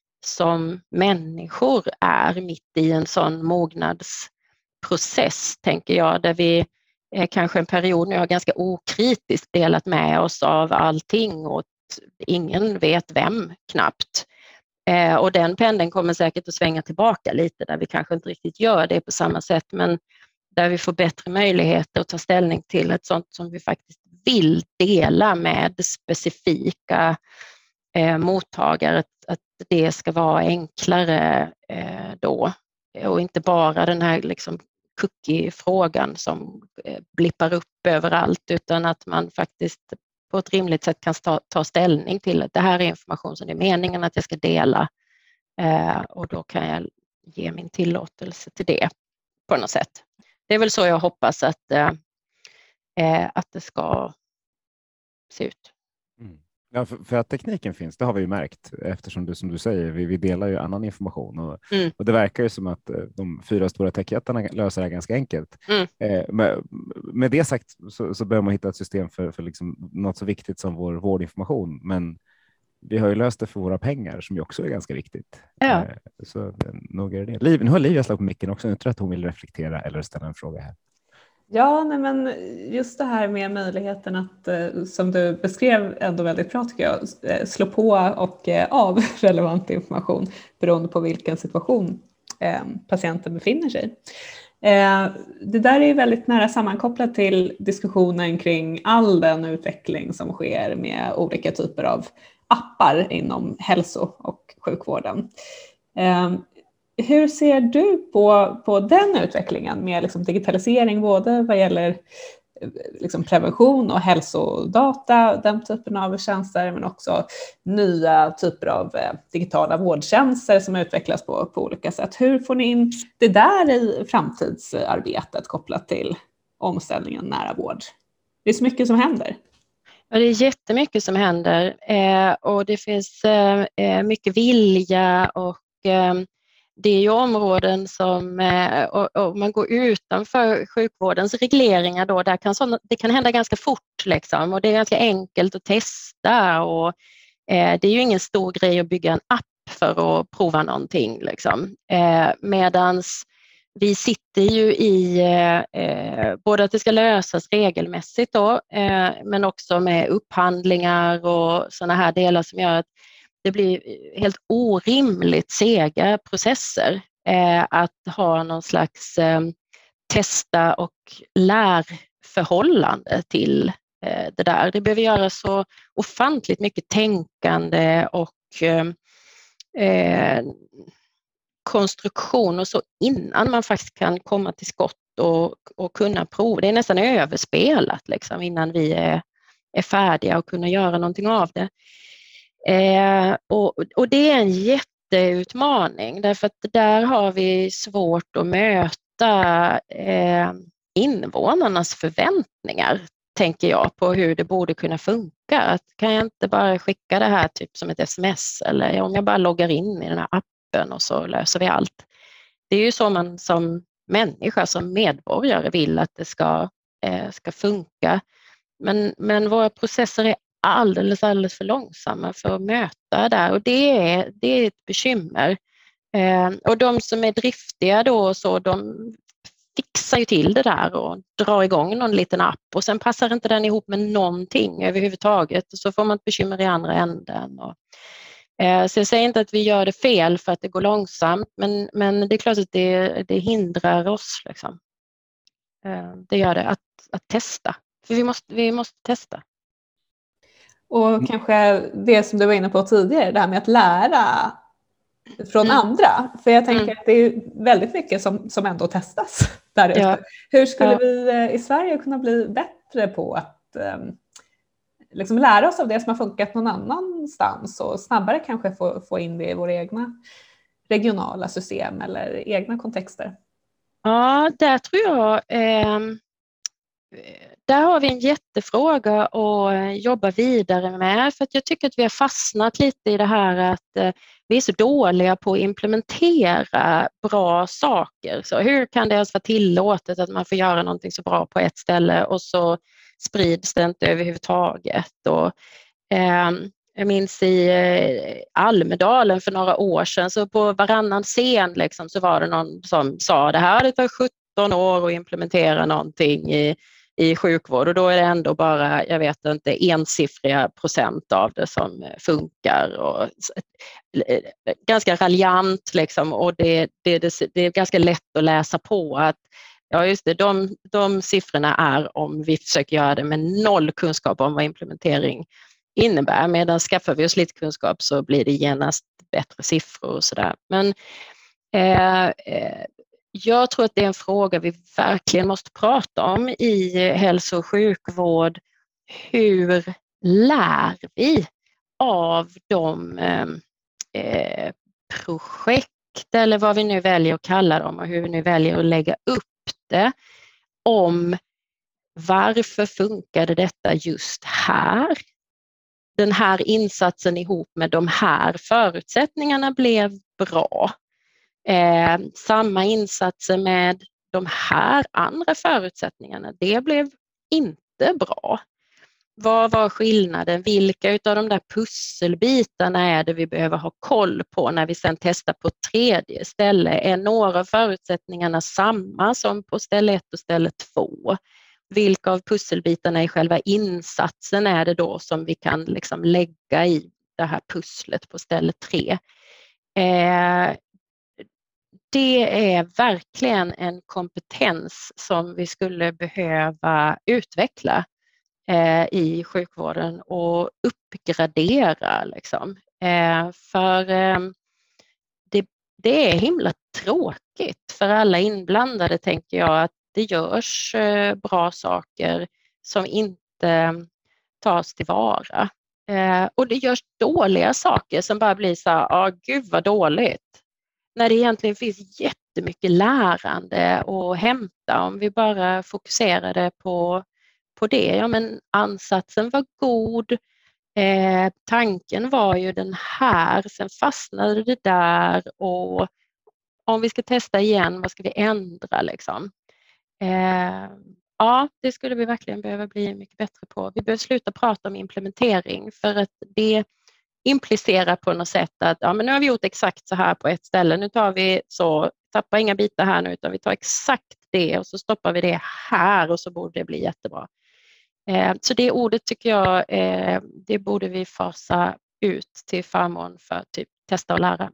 som människor är mitt i en sån mognadsprocess, tänker jag, där vi är kanske en period nu har ganska okritiskt delat med oss av allting och ingen vet vem knappt. Eh, och den pendeln kommer säkert att svänga tillbaka lite där vi kanske inte riktigt gör det på samma sätt, men där vi får bättre möjligheter att ta ställning till ett sånt som vi faktiskt vill dela med specifika eh, mottagare, att, att det ska vara enklare eh, då och inte bara den här liksom cookie-frågan som eh, blippar upp överallt, utan att man faktiskt på ett rimligt sätt kan ta, ta ställning till att det här är information som det är meningen att jag ska dela eh, och då kan jag ge min tillåtelse till det på något sätt. Det är väl så jag hoppas att, eh, att det ska se ut. Mm. Ja, för, för att tekniken finns, det har vi ju märkt eftersom du som du säger, vi, vi delar ju annan information och, mm. och det verkar ju som att de fyra stora techjättarna löser det här ganska enkelt. Mm. Eh, med, med det sagt så, så behöver man hitta ett system för, för liksom något så viktigt som vår vårdinformation, men vi har ju löst det för våra pengar som ju också är ganska viktigt. Ja. Eh, så nog är det. Liv, nu har Livia slagit på micken också, jag tror att hon vill reflektera eller ställa en fråga här. Ja, nej, men just det här med möjligheten att, som du beskrev ändå väldigt bra tycker jag, slå på och av relevant information beroende på vilken situation eh, patienten befinner sig. Eh, det där är väldigt nära sammankopplat till diskussionen kring all den utveckling som sker med olika typer av appar inom hälso- och sjukvården. Eh, Hur ser du på, på den utvecklingen med liksom digitalisering, både vad gäller liksom prevention och hälsodata, den typen av tjänster, men också nya typer av digitala vårdtjänster som utvecklas på, på olika sätt. Hur får ni in det där i framtidsarbetet kopplat till omställningen nära vård? Det är så mycket som händer. Ja, det är jättemycket som händer eh, och det finns eh, mycket vilja och eh, det är ju områden som, om man går utanför sjukvårdens regleringar då, där kan såna, det kan hända ganska fort liksom, och det är ganska enkelt att testa och eh, det är ju ingen stor grej att bygga en app för att prova någonting liksom. Eh, medans vi sitter ju i eh, både att det ska lösas regelmässigt då, eh, men också med upphandlingar och sådana här delar som gör att det blir helt orimligt sega processer eh, att ha någon slags eh, testa och lärförhållande till eh, det där. Det behöver göras så ofantligt mycket tänkande och eh, konstruktion och så innan man faktiskt kan komma till skott och, och kunna prova. Det är nästan överspelat liksom, innan vi är, är färdiga och kunna göra någonting av det. Eh, och, och det är en jätteutmaning därför att där har vi svårt att möta eh, invånarnas förväntningar, tänker jag, på hur det borde kunna funka. Att kan jag inte bara skicka det här typ som ett sms eller om jag bara loggar in i den här appen och så löser vi allt. Det är ju så man som människa, som medborgare vill att det ska, eh, ska funka. Men, men våra processer är alldeles, alldeles för långsamma för att möta där och det är, det är ett bekymmer. Eh, och de som är driftiga då så de fixar ju till det där och drar igång någon liten app och sen passar inte den ihop med någonting överhuvudtaget och så får man ett bekymmer i andra änden. Och, eh, så jag säger inte att vi gör det fel för att det går långsamt, men, men det är klart att det, det hindrar oss. Liksom. Eh, det gör det, att, att testa. För vi måste, vi måste testa. Och kanske det som du var inne på tidigare, det här med att lära från mm. andra. För jag tänker mm. att det är väldigt mycket som, som ändå testas där ute. Ja. Hur skulle ja. vi i Sverige kunna bli bättre bättre på att eh, liksom lära oss av det som har funkat någon annanstans och snabbare kanske få, få in det i våra egna regionala system eller egna kontexter? Ja, där tror jag eh, där har vi en jättefråga att jobba vidare med, för att jag tycker att vi har fastnat lite i det här att eh, vi är så dåliga på att implementera bra saker. Så hur kan det ens vara tillåtet att man får göra någonting så bra på ett ställe och så sprids det inte överhuvudtaget? Och, eh, jag minns i eh, Almedalen för några år sedan, så på varannan scen liksom, så var det någon som sa det här, det tar sjutton år att implementera någonting i i sjukvård, och då är det ändå bara, jag vet inte, ensiffriga procent av det som funkar. Och ganska raljant liksom, och det, det, det, det är ganska lätt att läsa på att ja, just det, de, de siffrorna är om vi försöker göra det med noll kunskap om vad implementering innebär, medan skaffar vi oss lite kunskap så blir det genast bättre siffror och sådär. Men eh, eh, jag tror att det är en fråga vi verkligen måste prata om i hälso- och sjukvård. Hur lär vi av de eh, projekt eller vad vi nu väljer att kalla dem och hur vi nu väljer att lägga upp det, om varför funkade detta just här? Den här insatsen ihop med de här förutsättningarna blev bra. Eh, samma insatser med de här andra förutsättningarna, det blev inte bra. Vad var skillnaden? Vilka av de där pusselbitarna är det vi behöver ha koll på när vi sedan testar på tredje ställe? Är några av förutsättningarna samma som på ställe ett och ställe två? Vilka av pusselbitarna i själva insatsen är det då som vi kan liksom lägga i det här pusslet på ställe tre? Eh, Det är verkligen en kompetens som vi skulle behöva utveckla eh, i sjukvården och uppgradera. Liksom. Eh, för eh, det, det är himla tråkigt för alla inblandade, tänker jag, att det görs eh, bra saker som inte tas tillvara. Eh, och det görs dåliga saker som bara blir så här, ja ah, gud vad dåligt. När det egentligen finns jättemycket lärande att hämta om vi bara fokuserade på, på det. Ja, men ansatsen var god, eh, tanken var ju den här, sen fastnade det där, och om vi ska testa igen, vad ska vi ändra liksom? Eh, ja, det skulle vi verkligen behöva bli mycket bättre på. Vi behöver sluta prata om implementering, för att det implicerar på något sätt att ja, men nu har vi gjort exakt så här på ett ställe, nu tar vi så, tappar inga bitar här nu, utan vi tar exakt det och så stoppar vi det här och så borde det bli jättebra. Eh, så det ordet tycker jag, eh, det borde vi fasa ut till förmån för typ testa och lära.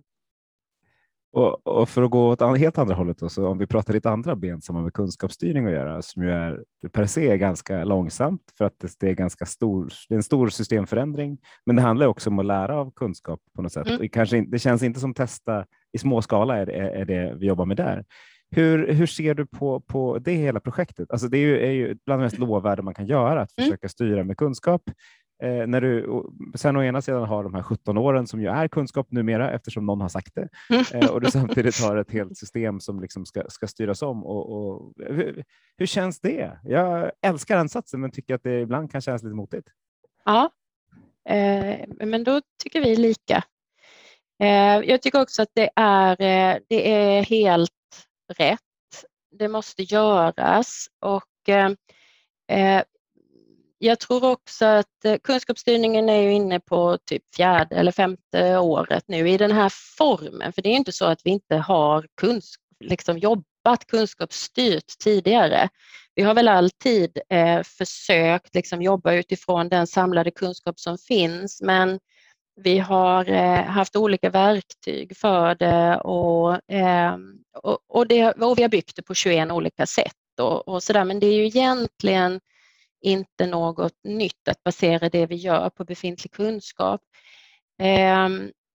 Och, och för att gå åt an- helt andra hållet då, så om vi pratar lite andra ben som har med kunskapsstyrning att göra, som ju är per se är ganska långsamt för att det, det är ganska stor, det är en stor systemförändring, men det handlar också om att lära av kunskap på något sätt. Mm. Och kanske, det känns inte som testa i små skala är, är, är det vi jobbar med där. Hur, hur ser du på, på det hela projektet? Alltså det är ju, är ju bland det mest lovvärda man kan göra, att försöka mm. styra med kunskap. Eh, när du sen å ena sidan har de här sjutton åren som ju är kunskap numera eftersom någon har sagt det, eh, och du samtidigt har ett helt system som liksom ska, ska styras om. Och, och, hur, hur känns det? Jag älskar ansatsen men tycker att det ibland kan kännas lite motigt. Ja, eh, men då tycker vi lika. Eh, jag tycker också att det är, eh, det är helt rätt. Det måste göras, och eh, jag tror också att kunskapsstyrningen är ju inne på typ fjärde eller femte året nu i den här formen. För det är inte så att vi inte har kunsk- liksom jobbat kunskapsstyrt tidigare. Vi har väl alltid eh, försökt liksom jobba utifrån den samlade kunskap som finns, men vi har eh, haft olika verktyg för det, och, eh, och, och, det, och vi har byggt det på tjugoett olika sätt och, och sådär. Men det är ju egentligen inte något nytt att basera det vi gör på befintlig kunskap. Eh,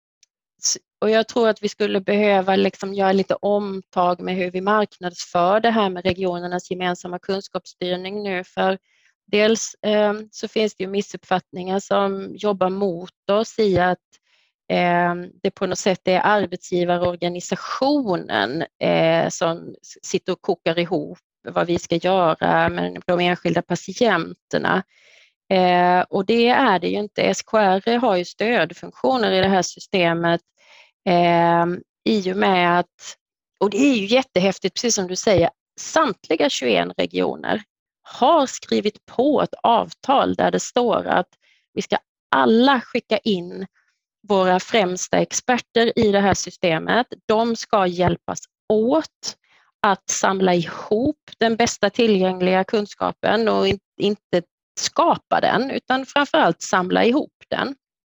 och jag tror att vi skulle behöva liksom göra lite omtag med hur vi marknadsför det här med regionernas gemensamma kunskapsstyrning nu, för Dels eh, så finns det ju missuppfattningar som jobbar mot oss i att eh, det på något sätt är arbetsgivarorganisationen eh, som sitter och kokar ihop vad vi ska göra med de enskilda patienterna. Eh, och det är det ju inte. S K R har ju stödfunktioner i det här systemet eh, i och med att, och det är ju jättehäftigt, precis som du säger, samtliga tjugoen regioner har skrivit på ett avtal där det står att vi ska alla skicka in våra främsta experter i det här systemet. De ska hjälpas åt att samla ihop den bästa tillgängliga kunskapen och inte skapa den, utan framförallt samla ihop den,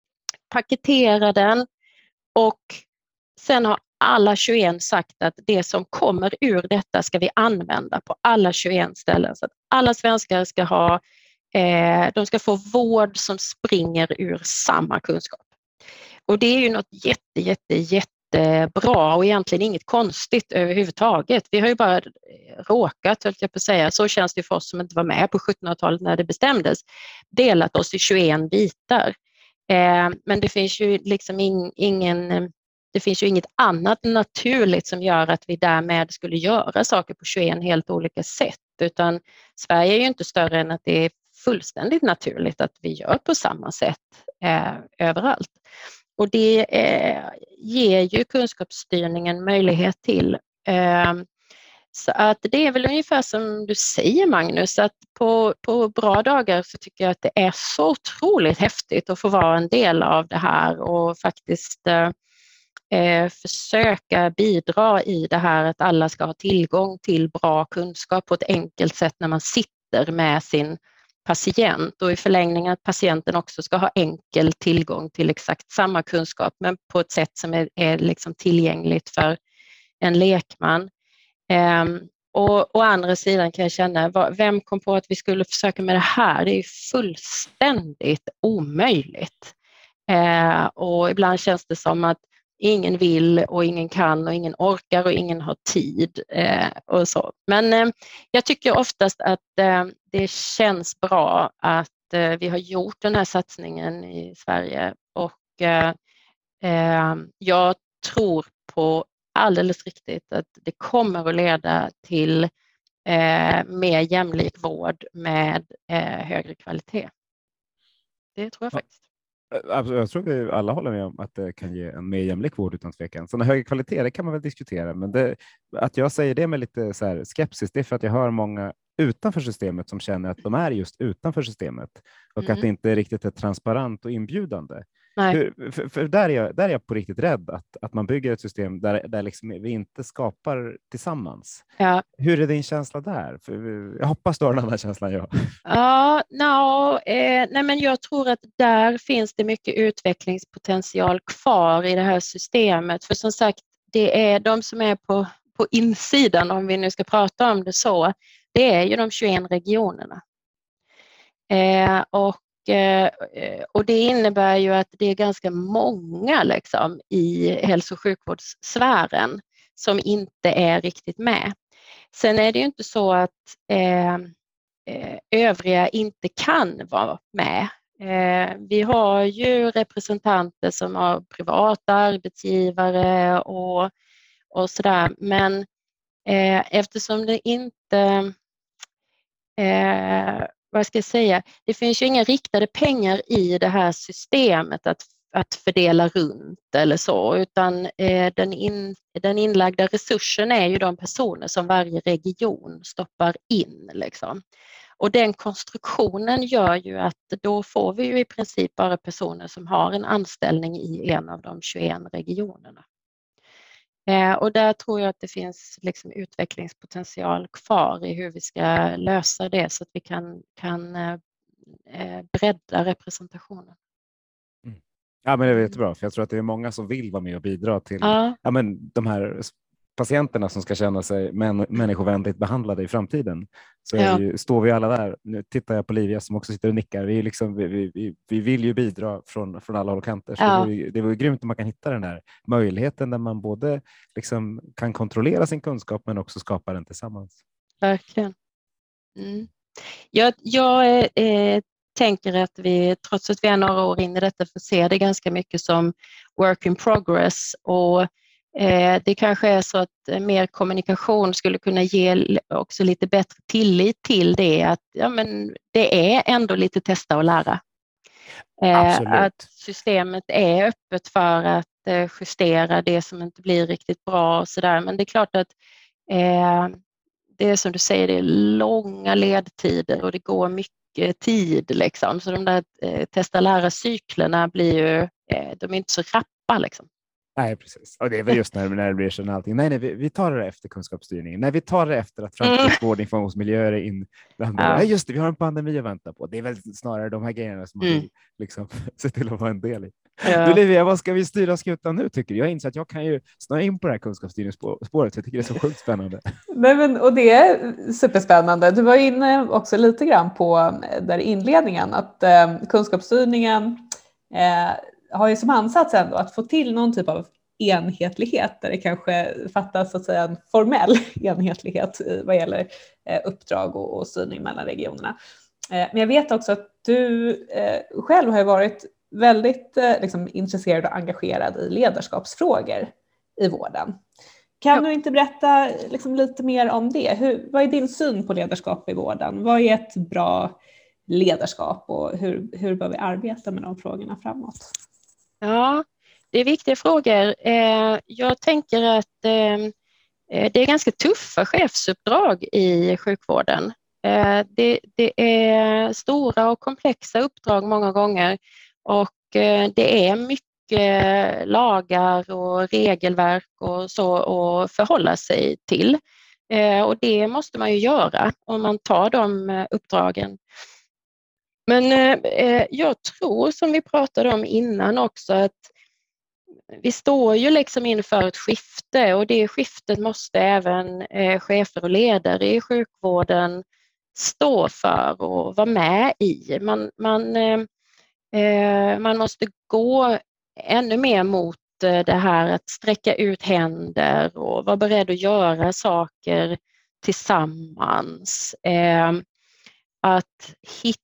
paketera den, och sen har alla tjugoen sagt att det som kommer ur detta ska vi använda på alla tjugoen ställen, så att alla svenskar ska ha, eh, de ska få vård som springer ur samma kunskap. Och det är ju något jätte, jätte, jättebra och egentligen inget konstigt överhuvudtaget. Vi har ju bara råkat, höll jag på att säga, så känns det för oss som inte var med på sjuttonhundratalet när det bestämdes, delat oss i tjugoen bitar. Eh, men det finns ju liksom in, ingen, det finns ju inget annat naturligt som gör att vi därmed skulle göra saker på tjugoen helt olika sätt, utan Sverige är ju inte större än att det är fullständigt naturligt att vi gör på samma sätt eh, överallt. Och det eh, ger ju kunskapsstyrningen möjlighet till. Eh, så att det är väl ungefär som du säger, Magnus, att på, på bra dagar så tycker jag att det är så otroligt häftigt att få vara en del av det här och faktiskt eh, försöka bidra i det här att alla ska ha tillgång till bra kunskap på ett enkelt sätt när man sitter med sin patient, och i förlängningen att patienten också ska ha enkel tillgång till exakt samma kunskap, men på ett sätt som är, är liksom tillgängligt för en lekman. Um, och å andra sidan kan jag känna, vem kom på att vi skulle försöka med det här? Det är ju fullständigt omöjligt. Uh, och ibland känns det som att ingen vill och ingen kan och ingen orkar och ingen har tid eh, och så. Men eh, jag tycker oftast att eh, det känns bra att eh, vi har gjort den här satsningen i Sverige, och eh, eh, jag tror på alldeles riktigt att det kommer att leda till eh, mer jämlik vård med eh, högre kvalitet. Det tror jag faktiskt. Jag tror vi alla håller med om att det kan ge en mer jämlik vård utan tvekan. Sådana högre kvalitet, det kan man väl diskutera, men det, att jag säger det med lite så här skepsis, det är för att jag hör många utanför systemet som känner att de är just utanför systemet och mm. att det inte riktigt är transparent och inbjudande. Hur, för, för där, är jag, där är jag på riktigt rädd att, att man bygger ett system där, där liksom vi inte skapar tillsammans. Ja. Hur är din känsla där? För jag hoppas du har en annan känsla än jag. Ja, no, eh, nej men jag tror att där finns det mycket utvecklingspotential kvar i det här systemet. För som sagt, det är de som är på, på insidan, om vi nu ska prata om det så, det är ju de tjugoen regionerna. Eh, och Och det innebär ju att det är ganska många liksom, i hälso- och sjukvårdssfären som inte är riktigt med. Sen är det ju inte så att eh, övriga inte kan vara med. Eh, vi har ju representanter som har privata arbetsgivare och, och sådär, men eh, eftersom det inte eh, vad ska jag säga, det finns ju inga riktade pengar i det här systemet att, att fördela runt eller så, utan eh, den, in, den inlagda resursen är ju de personer som varje region stoppar in. Liksom. Och den konstruktionen gör ju att då får vi ju i princip bara personer som har en anställning i en av de tjugoen regionerna. Eh, och där tror jag att det finns liksom utvecklingspotential kvar i hur vi ska lösa det så att vi kan, kan eh, bredda representationen. Mm. Ja, men det är jättebra, för jag tror att det är många som vill vara med och bidra till ja. Ja, men de här patienterna som ska känna sig män, människovänligt behandlade i framtiden. Så ja. ju, står vi alla där. Nu tittar jag på Livia som också sitter och nickar. Vi, är liksom, vi, vi, vi vill ju bidra från, från alla håll och kanter. Så ja. det, vore, det vore grymt om man kan hitta den här möjligheten där man både liksom kan kontrollera sin kunskap men också skapa den tillsammans. Verkligen. Mm. Jag, jag eh, tänker att vi, trots att vi är några år in i detta, får se det ganska mycket som work in progress, och eh, det kanske är så att mer kommunikation skulle kunna ge också lite bättre tillit till det, att ja, men det är ändå lite testa och lära. Eh, att systemet är öppet för att eh, justera det som inte blir riktigt bra och sådär, men det är klart att eh, det är som du säger, det är långa ledtider och det går mycket tid liksom. Så de där eh, testa lära-cyklerna blir ju, eh, de är inte så rappa liksom. Nej, precis. Och det är väl just när, när det blir så allting. Nej, nej, vi, vi tar det efter kunskapsstyrningen. Nej, vi tar det efter att framtidens mm. vårdinformationsmiljöer är inblandade. Ja. Ja, just det, vi har en pandemi att vänta på. Det är väl snarare de här grejerna som man mm. vill liksom, se till att vara en del i. Ja. Du Livia, vad ska vi styra skutan nu tycker du? Jag inser att jag kan ju snöa in på det här kunskapsstyrningsspåret, så jag tycker det är så sjukt spännande. Nej, men, och det är superspännande. Du var inne också lite grann på där inledningen att eh, kunskapsstyrningen eh, har ju som ansats ändå att få till någon typ av enhetlighet där det kanske fattas så att säga en formell enhetlighet vad gäller eh, uppdrag och, och styrning mellan regionerna. Eh, men jag vet också att du eh, själv har varit väldigt eh, liksom, intresserad och engagerad i ledarskapsfrågor i vården. Kan ja. du inte berätta liksom, lite mer om det? Hur, vad är din syn på ledarskap i vården? Vad är ett bra ledarskap och hur, hur bör vi arbeta med de frågorna framåt? Ja, det är viktiga frågor. Jag tänker att det är ganska tuffa chefsuppdrag i sjukvården. Det, det är stora och komplexa uppdrag många gånger, och det är mycket lagar och regelverk och så att förhålla sig till. Och det måste man ju göra om man tar de uppdragen. Men eh, jag tror, som vi pratade om innan också, att vi står ju liksom inför ett skifte, och det skiftet måste även eh, chefer och ledare i sjukvården stå för och vara med i. Man, man, eh, man måste gå ännu mer mot eh, det här att sträcka ut händer och vara beredd att göra saker tillsammans. Eh, att hitta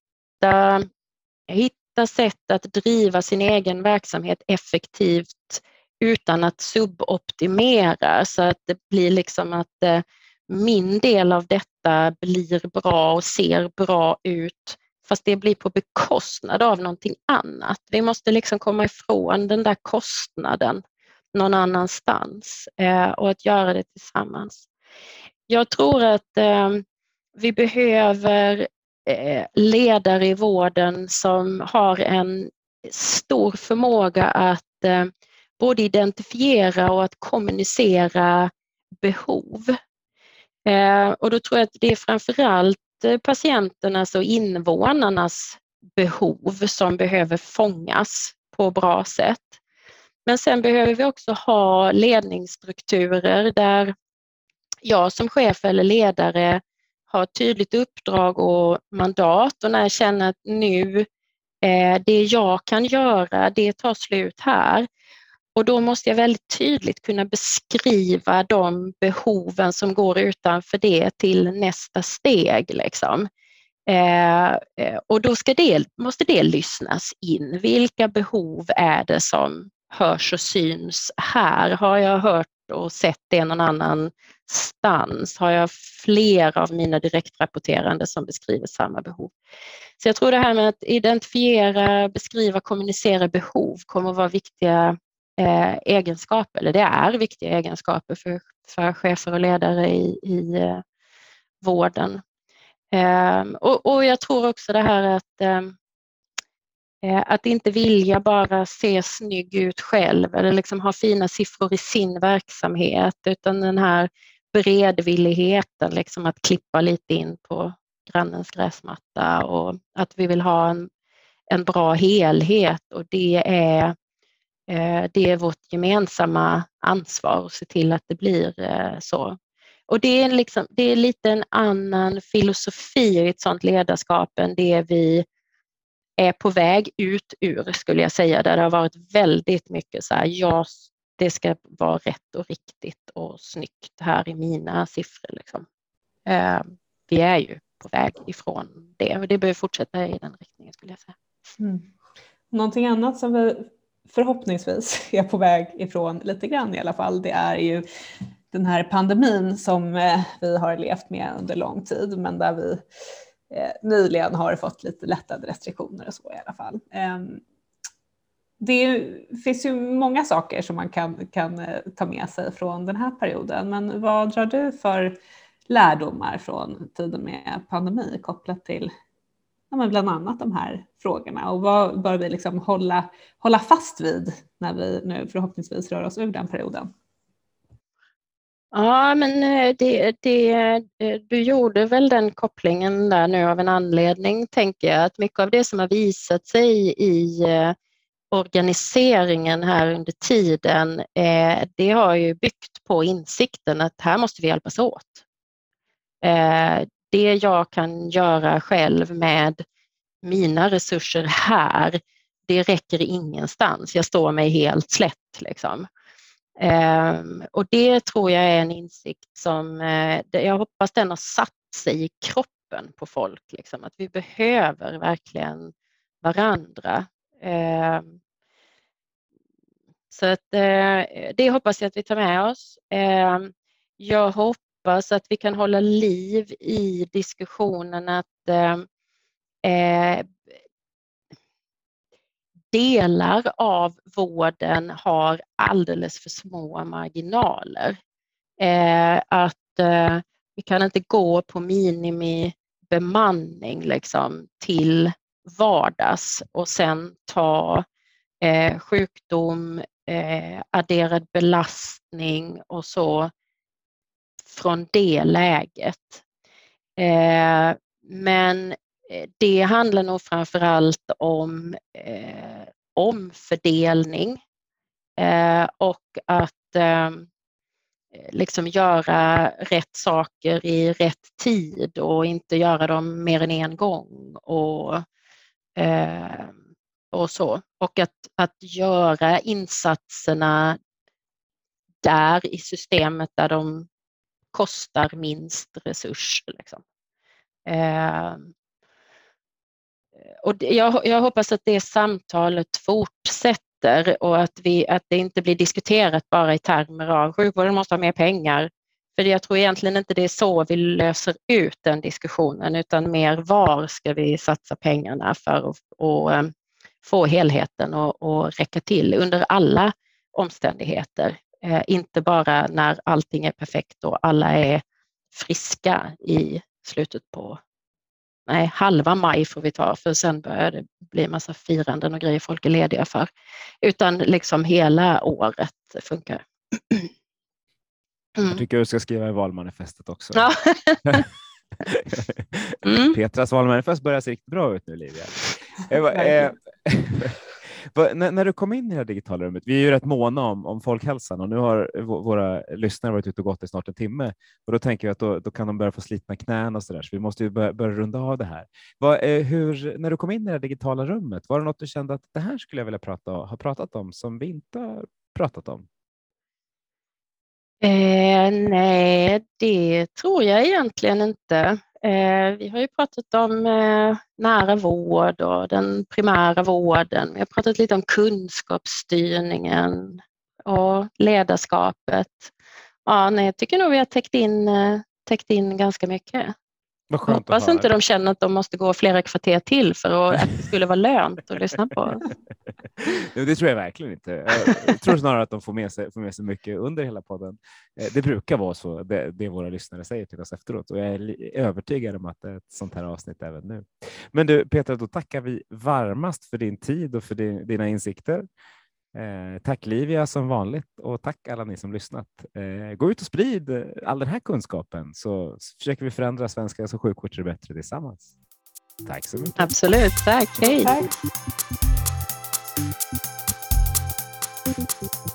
Hitta sätt att driva sin egen verksamhet effektivt utan att suboptimera, så att det blir liksom att eh, min del av detta blir bra och ser bra ut, fast det blir på bekostnad av någonting annat. Vi måste liksom komma ifrån den där kostnaden någon annanstans eh, och att göra det tillsammans. Jag tror att eh, vi behöver ledare i vården som har en stor förmåga att eh, både identifiera och att kommunicera behov. Eh, och då tror jag att det är framförallt patienternas och invånarnas behov som behöver fångas på bra sätt. Men sen behöver vi också ha ledningsstrukturer där jag som chef eller ledare har ett tydligt uppdrag och mandat, och när jag känner att nu eh, det jag kan göra, det tar slut här, och då måste jag väldigt tydligt kunna beskriva de behoven som går utanför det till nästa steg liksom. Eh, och då ska det, måste det lyssnas in. Vilka behov är det som hörs och syns här? Har jag hört och sett det någon annanstans? Har jag fler av mina direktrapporterande som beskriver samma behov? Så jag tror det här med att identifiera, beskriva, kommunicera behov kommer att vara viktiga eh, egenskaper, eller det är viktiga egenskaper för, för chefer och ledare i, i eh, vården. Eh, och, och jag tror också det här att eh, Att inte vilja bara se snygg ut själv eller liksom ha fina siffror i sin verksamhet, utan den här beredvilligheten liksom att klippa lite in på grannens gräsmatta, och att vi vill ha en, en bra helhet, och det är, det är vårt gemensamma ansvar att se till att det blir så. Och det är, liksom, det är lite en annan filosofi i ett sådant ledarskap än det vi är på väg ut ur, skulle jag säga, där det har varit väldigt mycket så här, ja, det ska vara rätt och riktigt och snyggt här i mina siffror liksom. Eh, vi är ju på väg ifrån det. Och det behöver fortsätta i den riktningen skulle jag säga. Mm. Någonting annat som vi förhoppningsvis är på väg ifrån lite grann i alla fall, det är ju den här pandemin som vi har levt med under lång tid, men där vi nyligen har fått lite lättade restriktioner och så i alla fall. Det finns ju många saker som man kan, kan ta med sig från den här perioden, men vad drar du för lärdomar från tiden med pandemi kopplat till ja, men bland annat de här frågorna, och vad bör vi liksom hålla, hålla fast vid när vi nu förhoppningsvis rör oss ur den perioden? Ja, men det, det, du gjorde väl den kopplingen där nu av en anledning, tänker jag, att mycket av det som har visat sig i organiseringen här under tiden, eh, det har ju byggt på insikten att här måste vi hjälpas åt. Eh, det jag kan göra själv med mina resurser här, det räcker ingenstans. Jag står mig helt slätt liksom. Eh, och det tror jag är en insikt som eh, jag hoppas den har satt sig i kroppen på folk. Liksom, att vi behöver verkligen varandra. Eh, så att, eh, det hoppas jag att vi tar med oss. Eh, jag hoppas att vi kan hålla liv i diskussionen att eh, delar av vården har alldeles för små marginaler. Eh, att eh, vi kan inte gå på minimibemanning liksom, till vardags och sen ta eh, sjukdom, eh, adderad belastning och så från det läget. Eh, men det handlar nog framför allt om eh, omfördelning eh, och att eh, liksom göra rätt saker i rätt tid och inte göra dem mer än en gång och, eh, och så. Och att, att göra insatserna där i systemet där de kostar minst resurs. Liksom. Eh, och jag, jag hoppas att det samtalet fortsätter och att, vi, att det inte blir diskuterat bara i termer av sjukvården måste ha mer pengar. För jag tror egentligen inte det är så vi löser ut den diskussionen, utan mer var ska vi satsa pengarna för att och, um, få helheten och, och räcka till under alla omständigheter. Eh, inte bara när allting är perfekt och alla är friska i slutet på Nej, halva maj får vi ta, för sen börjar det bli massa firanden och grejer folk är lediga för. Utan liksom hela året funkar. Mm. Jag tycker du ska skriva i valmanifestet också. Ja. mm. Petras valmanifest börjar se riktigt bra ut nu, Livia. eh, när, när du kom in i det här digitala rummet, vi är ju rätt måna om, om folkhälsan och nu har v- våra lyssnare varit ute och gått i snart en timme och då tänker jag att då, då kan de börja få slitna knän och sådär, så vi måste ju börja, börja runda av det här. Vad, eh, hur, när du kom in i det här digitala rummet, var det något du kände att det här skulle jag vilja prata, ha pratat om som vi inte har pratat om? Eh, nej, det tror jag egentligen inte. Eh, vi har ju pratat om eh, nära vård och den primära vården. Vi har pratat lite om kunskapsstyrningen och ledarskapet. Ja, nej, jag tycker nog vi har täckt in, eh, täckt in ganska mycket. Vad skönt. Jag hoppas inte de känner att de måste gå flera kvarter till för att, att det skulle vara lönt att lyssna på oss. Det tror jag verkligen inte. Jag tror snarare att de får med sig, får med sig mycket under hela podden. Det brukar vara så, det, det våra lyssnare säger till oss efteråt. Och jag är övertygad om att det är ett sånt här avsnitt även nu. Men du, Petra, då tackar vi varmast för din tid och för din, dina insikter. Eh, tack Livia som vanligt och tack alla ni som lyssnat. Eh, gå ut och sprid all den här kunskapen så försöker vi förändra svenska hälso- och sjukvård till det bättre tillsammans. Tack så mycket. Absolut, tack. Hej. Tack.